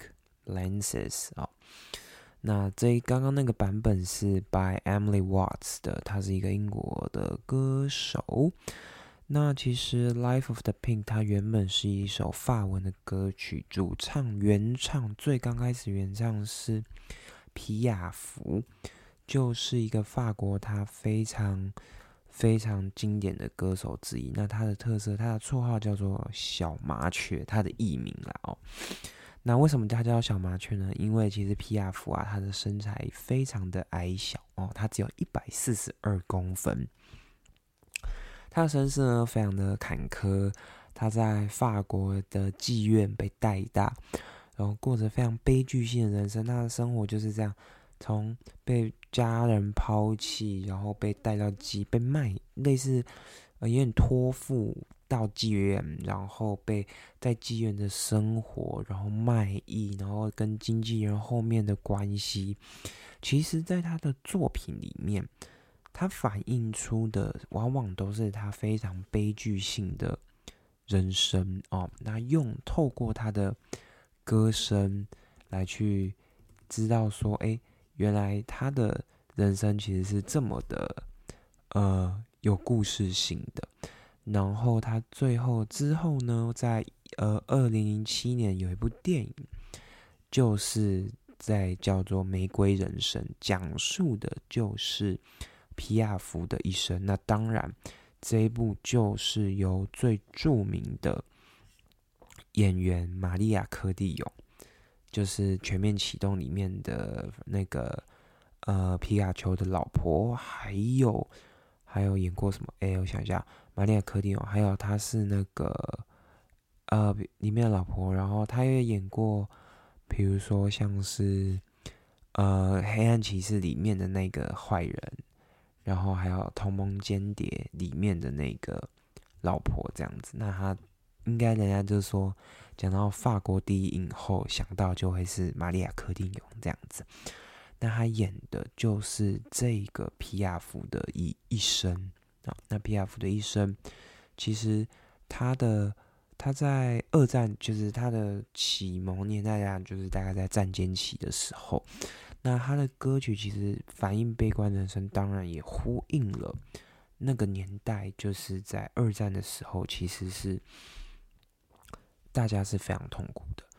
Lenses 啊、哦。那这刚刚那个版本是 by Emily Watts 的，她是一个英国的歌手。那其实 Life of the Pink 它原本是一首法文的歌曲，主唱原唱最刚开始原唱是皮亚福，就是一个法国他非常非常经典的歌手之一。那他的特色，他的绰号叫做小麻雀，他的艺名啦哦。那为什么他叫小麻雀呢？因为其实皮亚福啊，他的身材非常的矮小哦，他只有一百四十二公分。他的身世呢非常的坎坷，他在法国的妓院被带大，然后过着非常悲剧性的人生。他的生活就是这样，从被家人抛弃，然后被带到妓，被卖，类似呃有点托付到妓院，然后被在妓院的生活，然后卖艺，然后跟经纪人后面的关系，其实在他的作品里面，他反映出的往往都是他非常悲剧性的人生哦。那用透过他的歌声来去知道说，哎，原来他的人生其实是这么的呃有故事性的。然后他最后之后呢，在呃二零零七年有一部电影，就是在叫做《玫瑰人生》，讲述的就是皮亚福的一生。那当然这一部就是由最著名的演员玛利亚柯蒂永，就是全面启动里面的那个呃皮卡丘的老婆，还有还有演过什么？哎，我想一下，玛利亚柯蒂永，还有她是那个呃里面的老婆，然后她也演过，比如说像是呃黑暗骑士里面的那个坏人。然后还有同盟间谍里面的那个老婆这样子，那他应该人家就说，讲到法国第一影后，想到就会是玛利亚柯蒂永这样子。那他演的就是这个皮亚福的一一生啊。那皮亚福的一生，其实他的他在二战，就是他的启蒙年代啊，就是大概在战间期的时候。那他的歌曲其实反映悲观人生，当然也呼应了那个年代，就是在二战的时候，其实是大家是非常痛苦的。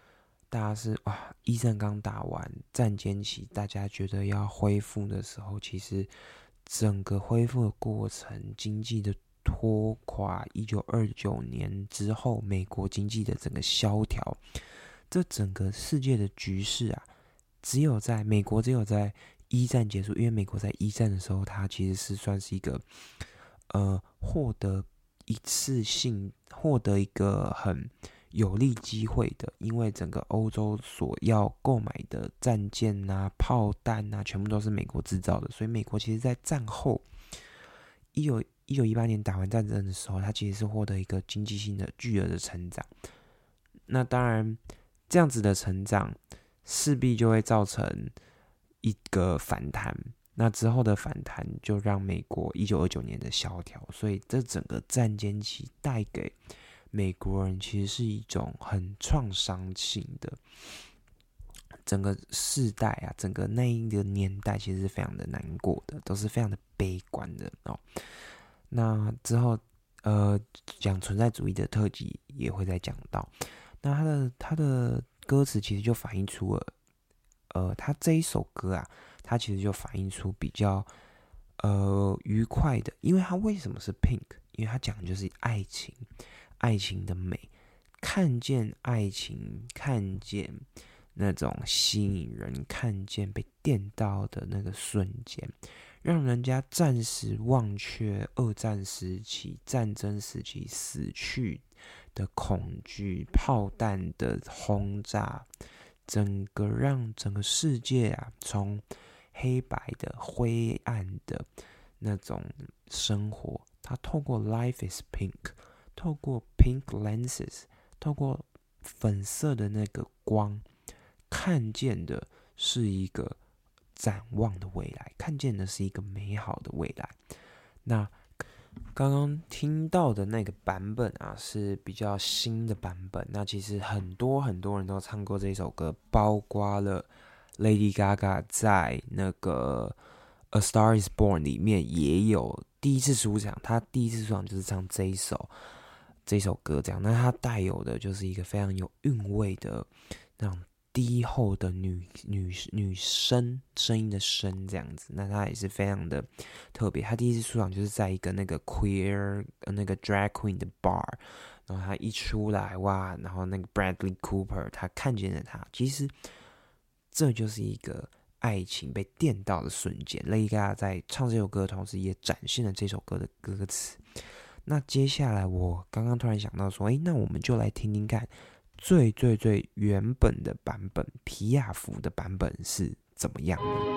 大家是哇，一战刚打完，战间期大家觉得要恢复的时候，其实整个恢复的过程，经济的拖垮，一九二九年之后，美国经济的整个萧条，这整个世界的局势啊，只有在美国，只有在一战结束，因为美国在一战的时候，它其实是算是一个呃获得一次性获得一个很有利机会的，因为整个欧洲所要购买的战舰啊、炮弹啊，全部都是美国制造的，所以美国其实在战后一九一九一八年打完战争的时候，它其实是获得一个经济性的巨额的成长。那当然，这样子的成长势必就会造成一个反弹。那之后的反弹就让美国一九二九年的萧条，所以这整个战间期带给美国人其实是一种很创伤性的，整个世代啊，整个那一个年代其实是非常的难过的，都是非常的悲观的哦。那之后，呃，讲存在主义的特辑也会再讲到。那他的他的歌词其实就反映出了，呃，他这一首歌啊，它其实就反映出比较呃愉快的，因为它为什么是 Pink？ 因为它讲的就是爱情。爱情的美，看见爱情，看见那种吸引人，看见被电到的那个瞬间，让人家暂时忘却二战时期、战争时期死去的恐惧、炮弹的轰炸，整个让整个世界啊，从黑白的、灰暗的那种生活，它透过 Life is Pink。透过 pink lenses， 透过粉色的那个光，看见的是一个展望的未来，看见的是一个美好的未来。那刚刚听到的那个版本啊，是比较新的版本。那其实很多很多人都唱过这首歌，包括了 Lady Gaga 在那个 A Star Is Born 里面也有第一次出场，她第一次出场就是唱这一首。这首歌这样，那它带有的就是一个非常有韵味的那种低厚的女女女声声音的声这样子，那它也是非常的特别。它第一次出场就是在一个那个 queer 那个 drag queen 的 bar， 然后他一出来哇，然后那个 Bradley Cooper 他看见了他，其实这就是一个爱情被电到的瞬间。Lady Gaga 在唱这首歌的同时，也展现了这首歌的歌词。那接下来我刚刚突然想到说，哎，那我们就来听听看最最最原本的版本，皮亚福的版本是怎么样的。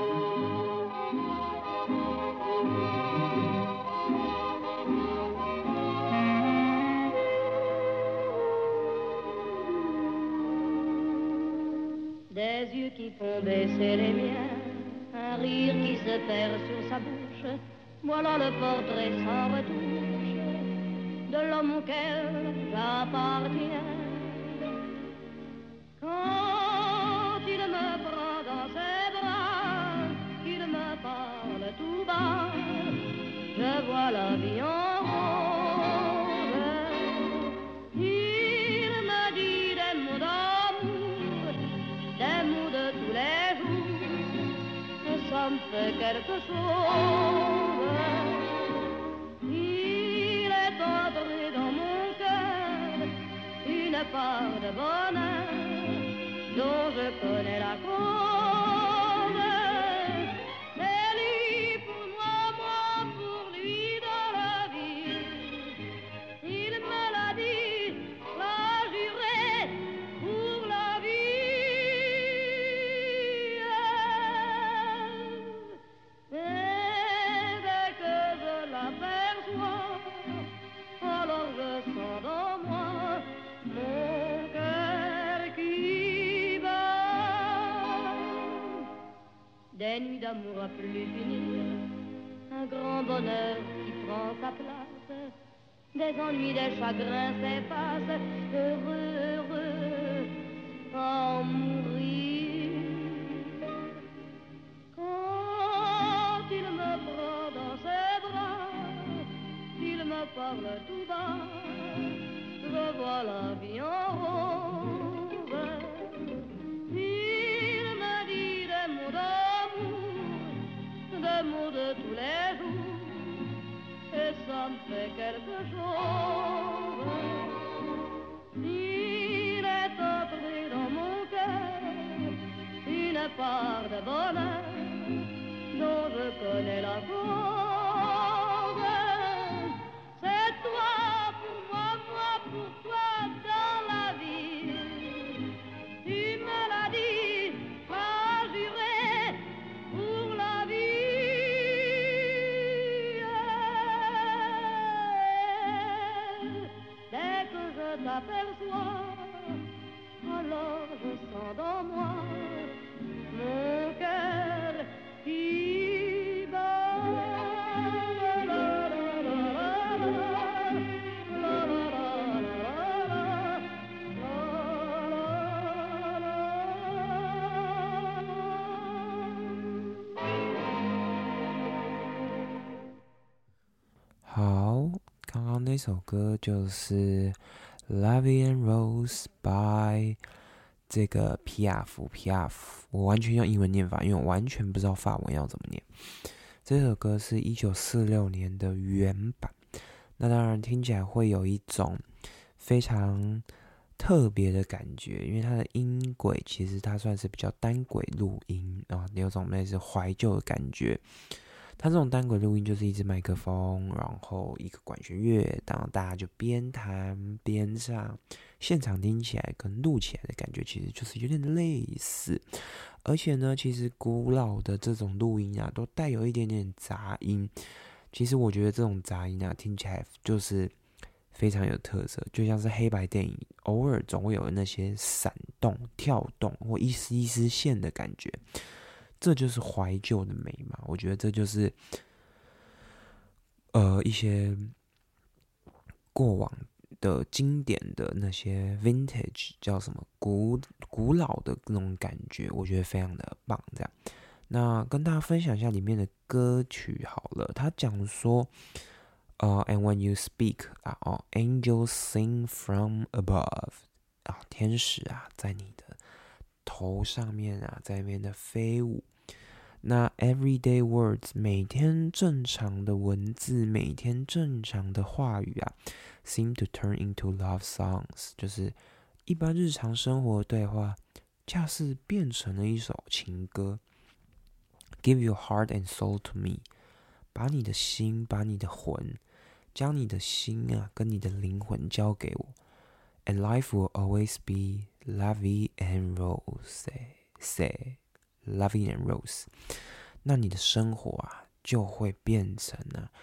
Des yeux qui font baisser les miens, un rire qui se perd sur sa bouche, voilà le portrait sans retouche de l'homme auquel j'appartiens. Quand il me prend dans ses bras, qu'il me parle tout bas, je vois la vie en rose. Il me dit des mots d'amour, des mots de tous les jours, et ça me fait quelque chose. Il est entré dans mon cœur une part de bonheur dont je connais la cause. C'est lui pour moi, moi pour lui dans la vie. Il me l'a dit, l'a juré pour la vie. Et dès que je l'aperçois, alors je sens dans moi mon cœur qui bat. Des nuits d'amour à plus finir, un grand bonheur qui prend sa place, des ennuis, des chagrins s'effacent, heureux, heureux, à en mourir. Quand il me prend dans ses bras, il me parle tout bas, je vois la vie en rose. ça me fait quelque chose. Il est entré dans mon cœur une part de bonheur dont je connais la cause. C'est toi pour moi, moi pour toi dans la vie. Tu me l'as dit, m'as juré pour la vie. Dès que je t'aperçois, alors je sens dans moi mon cœur qui bat. La, la, la, la, la, la, la, 好，刚刚那首歌就是《Lavi and Rose》by 这个皮亚夫，皮亚夫，我完全用英文念法，因为我完全不知道法文要怎么念。这首歌是一九四六年的原版，那当然听起来会有一种非常特别的感觉，因为它的音轨其实它算是比较单轨录音啊，有种类似怀旧的感觉。它这种单轨录音就是一支麦克风，然后一个管弦乐，然后大家就边弹边唱，现场听起来跟录起来的感觉其实就是有点类似，而且呢，其实古老的这种录音啊，都带有一点点杂音。其实我觉得这种杂音啊，听起来就是非常有特色，就像是黑白电影偶尔总会有那些闪动、跳动或一丝一丝线的感觉。这就是怀旧的美嘛，我觉得这就是呃一些过往的经典的那些 vintage 叫什么古古老的那种感觉，我觉得非常的棒。这样，那跟大家分享一下里面的歌曲好了。他讲说，呃 ，and when you speak 啊，哦 ，angels sing from above 啊，天使啊，在你的头上面啊，在那边的飞舞。那 everyday words 每天正常的文字，每天正常的话语啊 seem to turn into love songs 就是一般日常生活的对话恰似变成了一首情歌。 Give your heart and soul to me 把你的心，把你的魂，将你的心啊跟你的灵魂交给我。 And life will always be lovey and rose say lovey and rose 那你的生活啊就会变成啊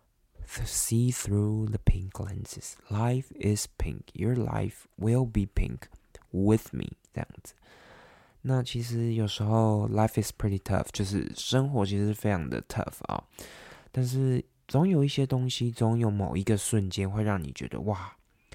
see through the pink lenses life is pink your life will be pink with me 这样子。那其实有时候 life is pretty tough 就是生活其实是非常的 tough 啊，但是总有一些东西，总有某一个瞬间会让你觉得哇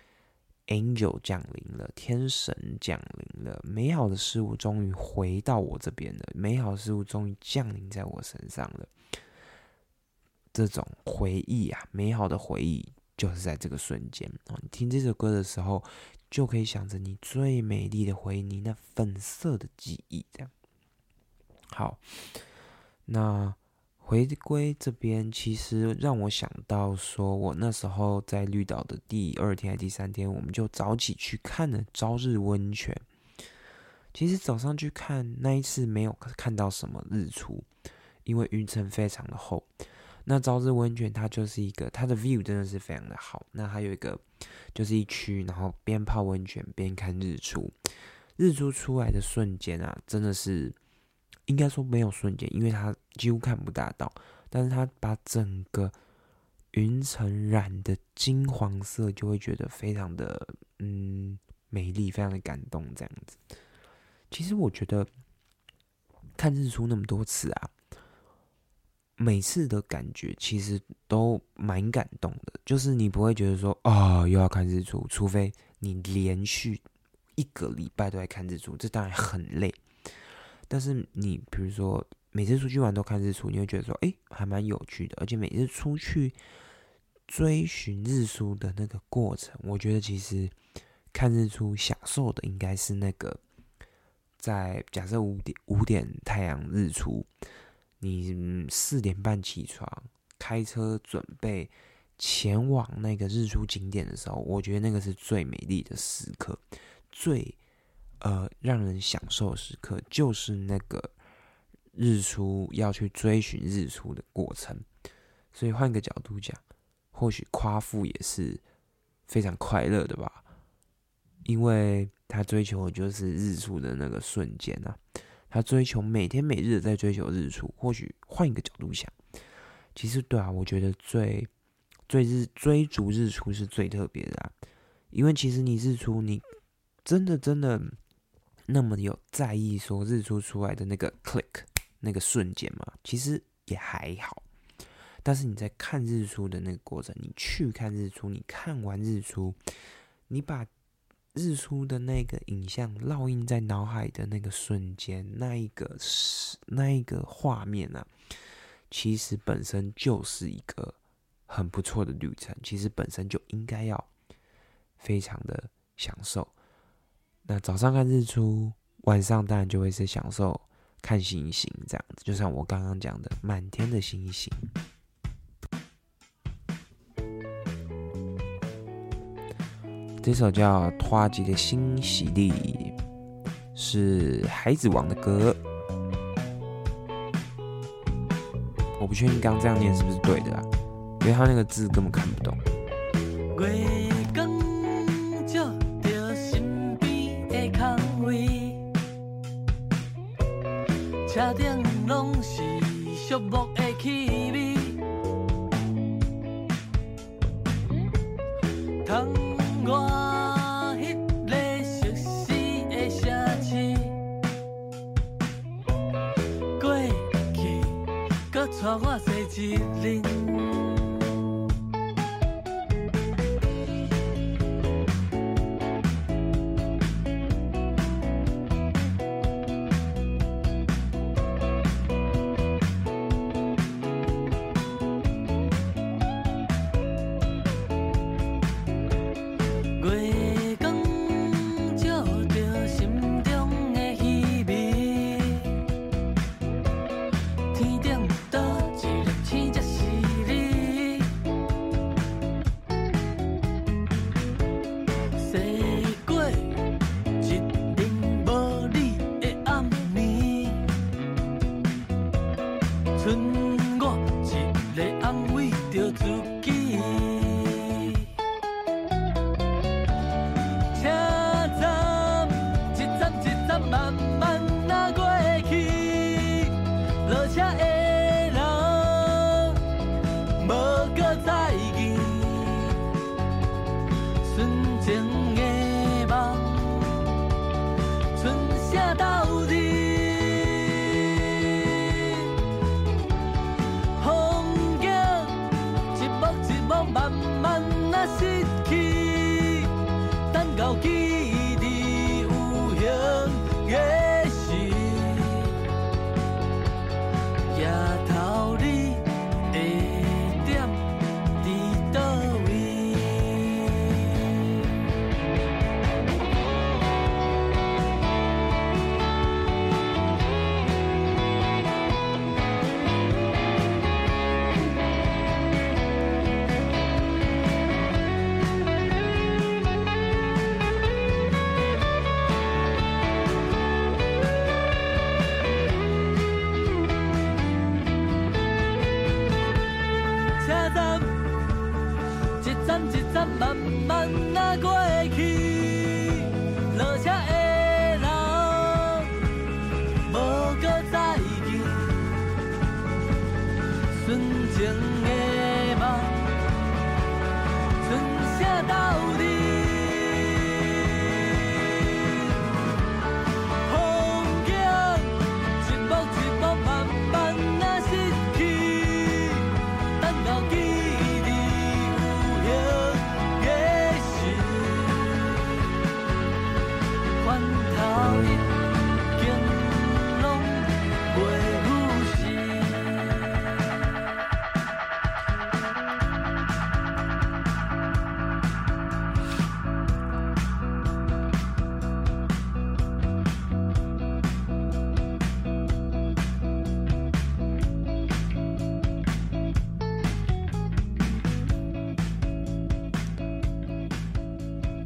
Angel 降临了，天神降临了，美好的事物终于回到我这边了，美好的事物终于降临在我身上了。这种回忆啊，美好的回忆就是在这个瞬间。哦，你听这首歌的时候，就可以想着你最美丽的回忆，你那粉色的记忆。这样，好，那回归这边，其实让我想到说，我那时候在绿岛的第二天还第三天，我们就早起去看了朝日温泉。其实早上去看那一次没有看到什么日出，因为云层非常的厚。那朝日温泉它就是一个，它的 view 真的是非常的好。那还有一个就是一区，然后边泡温泉边看日出。日出出来的瞬间啊，真的是。应该说没有瞬间，因为它几乎看不大到，但是它把整个云层染的金黄色，就会觉得非常的嗯美丽，非常的感动这样子。其实我觉得看日出那么多次啊，每次的感觉其实都蛮感动的，就是你不会觉得说啊、哦、又要看日出，除非你连续一个礼拜都在看日出，这当然很累。但是你比如说每次出去玩都看日出，你会觉得说哎、欸、还蛮有趣的，而且每次出去追寻日出的那个过程，我觉得其实看日出享受的应该是那个在假设五点五点太阳日出，你四点半起床开车准备前往那个日出景点的时候，我觉得那个是最美丽的时刻，最呃让人享受的时刻，就是那个日出要去追寻日出的过程。所以换个角度讲，或许夸父也是非常快乐的吧，因为他追求的就是日出的那个瞬间啊，他追求每天每日的在追求日出。或许换一个角度想，其实对啊，我觉得最最日追逐日出是最特别的啊，因为其实你日出，你真的真的那么有在意说日出出来的那个 click 那个瞬间吗？其实也还好。但是你在看日出的那个过程，你去看日出，你看完日出，你把日出的那个影像烙印在脑海的那个瞬间，那一个那一个画面啊，其实本身就是一个很不错的旅程，其实本身就应该要非常的享受。那早上看日出，晚上当然就会是享受看星星这样子，就像我刚刚讲的满天的星星。这首叫《拖吉的新喜力》，是孩子王的歌。我不确定刚刚这样念是不是对的啦，因为他那个字根本看不懂。 月光照着身边的空位，车顶拢是肃穆的气味，窗外迄个熟悉的城市，过去搁带我坐一轮。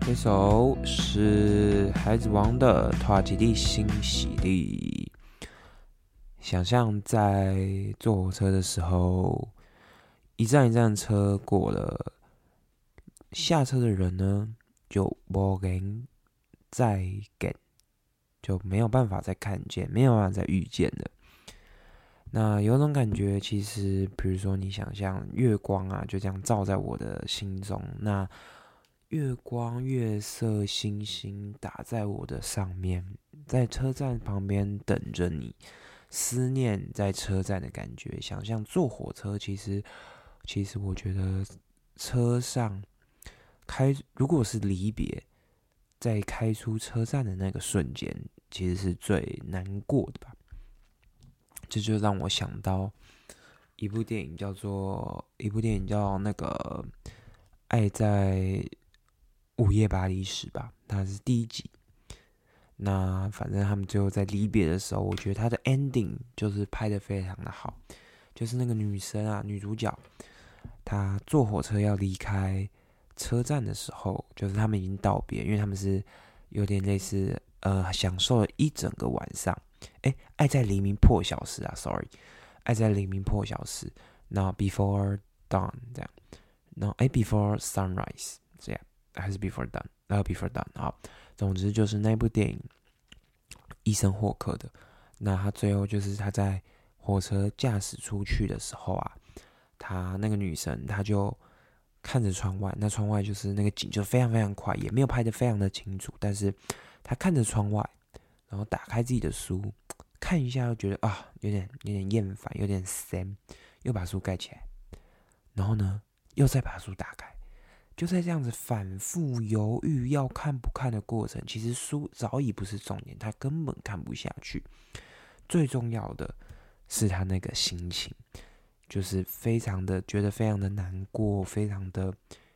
这首是孩子王的《托吉利新喜力》。想象在坐火车的时候，一站一站车过了，下车的人呢就没人再见，就没有办法再看见，没有办法再遇见了。那有种感觉，其实比如说你想象月光啊，就这样照在我的心中，那月光、月色、星星打在我的上面，在车站旁边等着你，思念在车站的感觉。想象坐火车，其实，其实我觉得车上开，如果是离别，在开出车站的那个瞬间，其实是最难过的吧。这就让我想到一部电影，叫做一部电影叫那个《爱在午夜巴黎时》吧，它是第一集。那反正他们最后在离别的时候，我觉得他的 ending 就是拍得非常的好，就是那个女生啊，女主角，她坐火车要离开车站的时候，就是他们已经道别，因为他们是有点类似呃享受了一整个晚上。哎，爱在黎明破晓时啊 ，sorry， 爱在黎明破晓时，那 before dawn 这样，那哎 before sunrise 这样。还是 before done， 呃 before done， 好，总之就是那部电影，伊森霍克的。那他最后就是他在火车驾驶出去的时候啊，他那个女生她就看着窗外，那窗外就是那个景就非常非常快，也没有拍得非常的清楚，但是她看着窗外，然后打开自己的书看一下，又觉得啊有点有点厌烦，有点咸，又把书盖起来，然后呢又再把书打开。就在这样子反复犹豫要看不看的过程，其实书早已不是重点，他根本看不下去。最重要的是他那个心情，就是非常的觉得非常的难过，非常的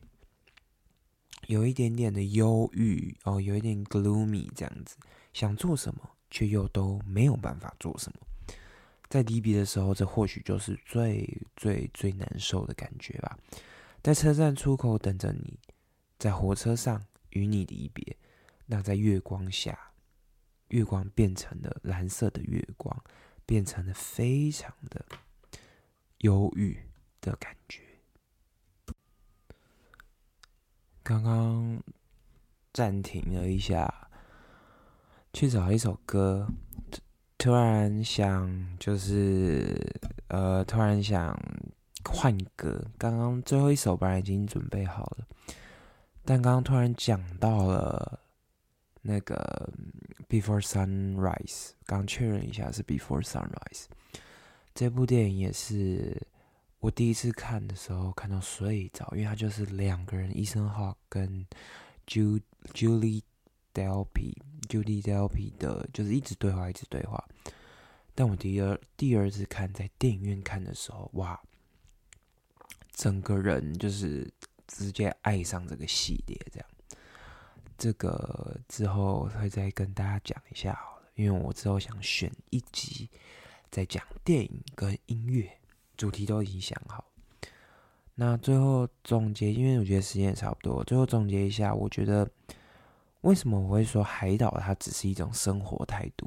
有一点点的忧郁哦，有一点 gloomy 这样子，想做什么却又都没有办法做什么。在离别的时候，这或许就是最最最难受的感觉吧。在车站出口等着你，在火车上与你离别。那在月光下，月光变成了蓝色的月光，变成了非常的忧郁的感觉。刚刚暂停了一下，去找一首歌，突然想就是呃，突然想。换歌，刚刚最后一首本来已经准备好了，但刚刚突然讲到了那个 Before Sunrise， 刚确认一下是 Before Sunrise。这部电影也是我第一次看的时候看到睡着，因为它就是两个人，Ethan Hawke跟 Julie Delpy，Julie Delpy 的，就是一直对话，一直对话。但我第二第二次看，在电影院看的时候，哇！整个人就是直接爱上这个系列，这样。这个之后会再跟大家讲一下好了，因为我之后想选一集再讲电影跟音乐主题都已经想好。那最后总结，因为我觉得时间也差不多，最后总结一下，我觉得为什么我会说海岛它只是一种生活态度？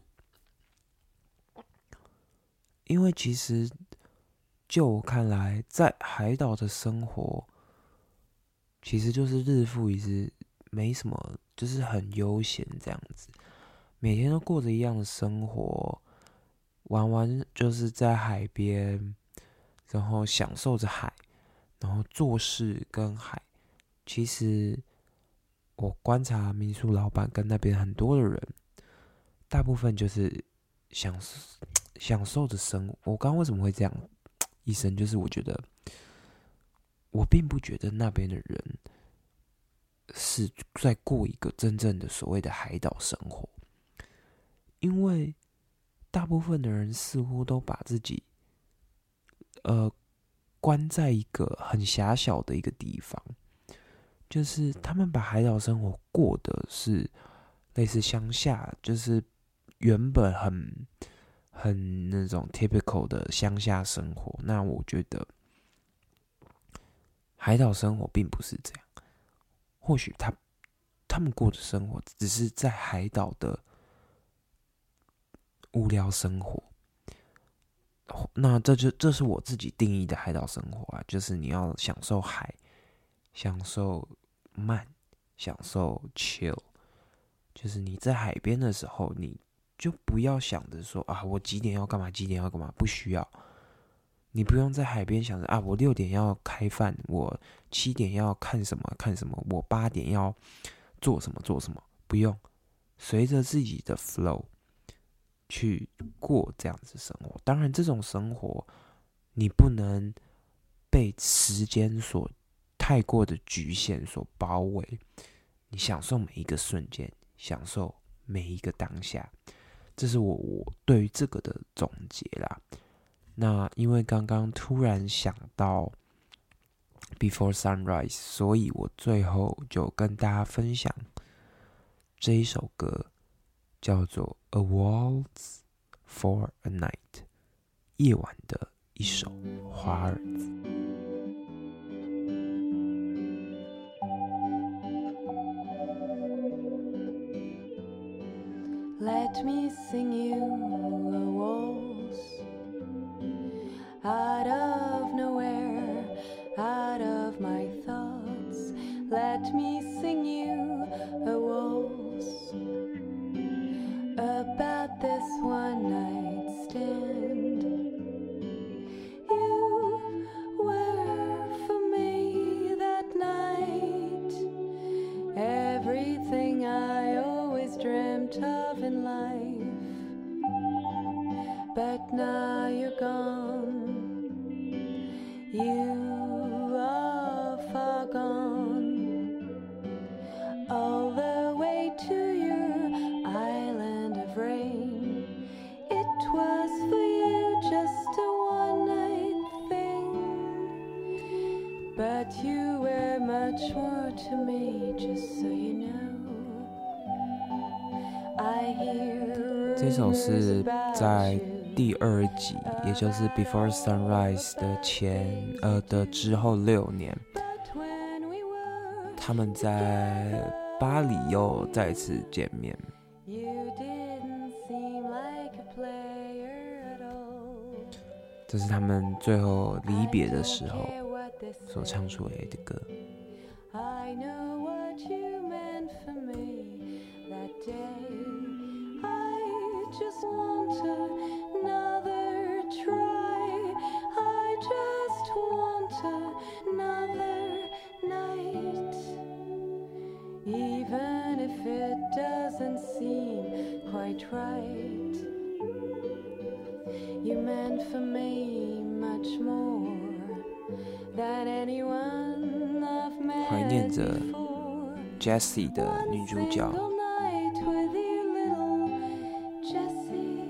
因为其实。就我看来，在海岛的生活，其实就是日复一日，没什么，就是很悠闲这样子，每天都过着一样的生活，玩玩就是在海边，然后享受着海，然后做事跟海。其实我观察民宿老板跟那边很多的人，大部分就是享享受着生活。我刚刚为什么会这样？医生就是我觉得，我并不觉得那边的人是在过一个真正的所谓的海岛生活，因为大部分的人似乎都把自己呃关在一个很狭小的一个地方，就是他们把海岛生活过的是类似乡下，就是原本很。很那种 typical 的乡下生活，那我觉得海岛生活并不是这样。或许它他们过的生活只是在海岛的无聊生活。那这就这是我自己定义的海岛生活啊，就是你要享受海，享受慢，享受 chill。就是你在海边的时候，你就不要想着说啊，我几点要干嘛，几点要干嘛，不需要。你不用在海边想着啊，我六点要开饭，我七点要看什么看什么，我八点要做什么做什么，不用，随着自己的 flow 去过这样子的生活。当然，这种生活你不能被时间所太过的局限所包围，你享受每一个瞬间，享受每一个当下，这是我我对于这个的总结啦。那因为刚刚突然想到 Before Sunrise， 所以我最后就跟大家分享这一首歌，叫做 A Waltz for a Night， 夜晚的一首华尔兹。 Let me sing you a waltz out of nowhere, out of my thoughts. Let me sing you a waltz about this one night stand. You were for me that night, everything I always dreamt of in life. But now you're gone, you are far gone, all the way to your island of rain. It was for you just a one night thing, but you were much more to me, just so you know. I hear 这首是在第二集，也就是 Before Sunrise 的前呃的之后六年，他们在巴黎又再次见面。这是他们最后离别的时候所唱出来的歌。 I know what you meant for me that day. I just want another try. I just want another night. Even if it doesn't seem quite right, you meant for me much more than anyone I've met 怀念着 before. Jessie 的女主角 Single night with you, little Jessie,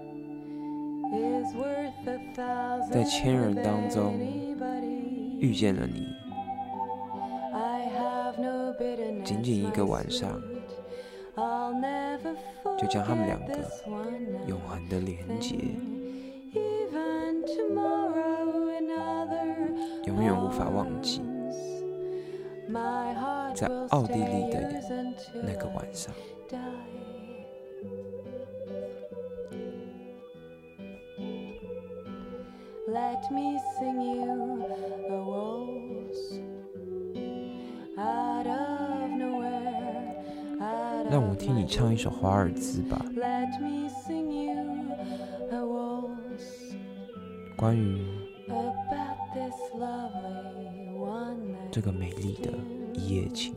is worth a thousand 在千人当中 anybody. 遇见了你， I have no bitterness, 仅仅一个晚上 I'll never 就将他们两 forget 个 this one night 永恒的连结， Even tomorrow another 永远无法忘记 My heart 在 will 奥地利 stay 的 yours until 那个晚上。 I die. Let me sing you a waltz out of nowhere, out 让我 of 听你 my 唱一首华尔兹吧， Let me sing you a waltz 关于 about this lovely one night 这个美丽的一夜情。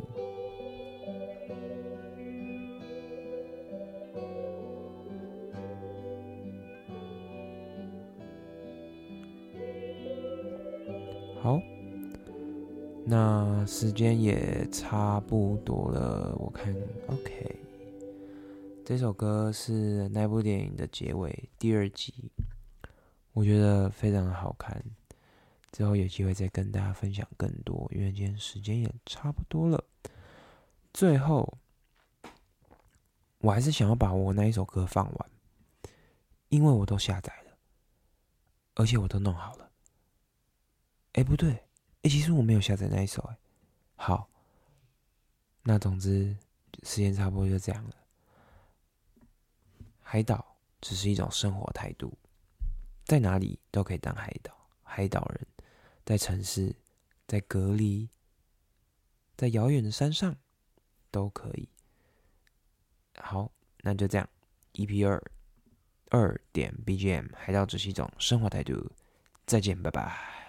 好，那时间也差不多了，我看 OK。这首歌是那部电影的结尾，第二集，我觉得非常的好看。之后有机会再跟大家分享更多，因为今天时间也差不多了。最后，我还是想要把我那一首歌放完，因为我都下载了，而且我都弄好了。哎，不对，哎，其实我没有下载那一首，哎，好，那总之时间差不多就这样了。海岛只是一种生活态度，在哪里都可以当海岛。海岛人在城市，在隔离，在遥远的山上都可以。好，那就这样 E P 二 二点 B G M 海岛只是一种生活态度，再见，拜拜。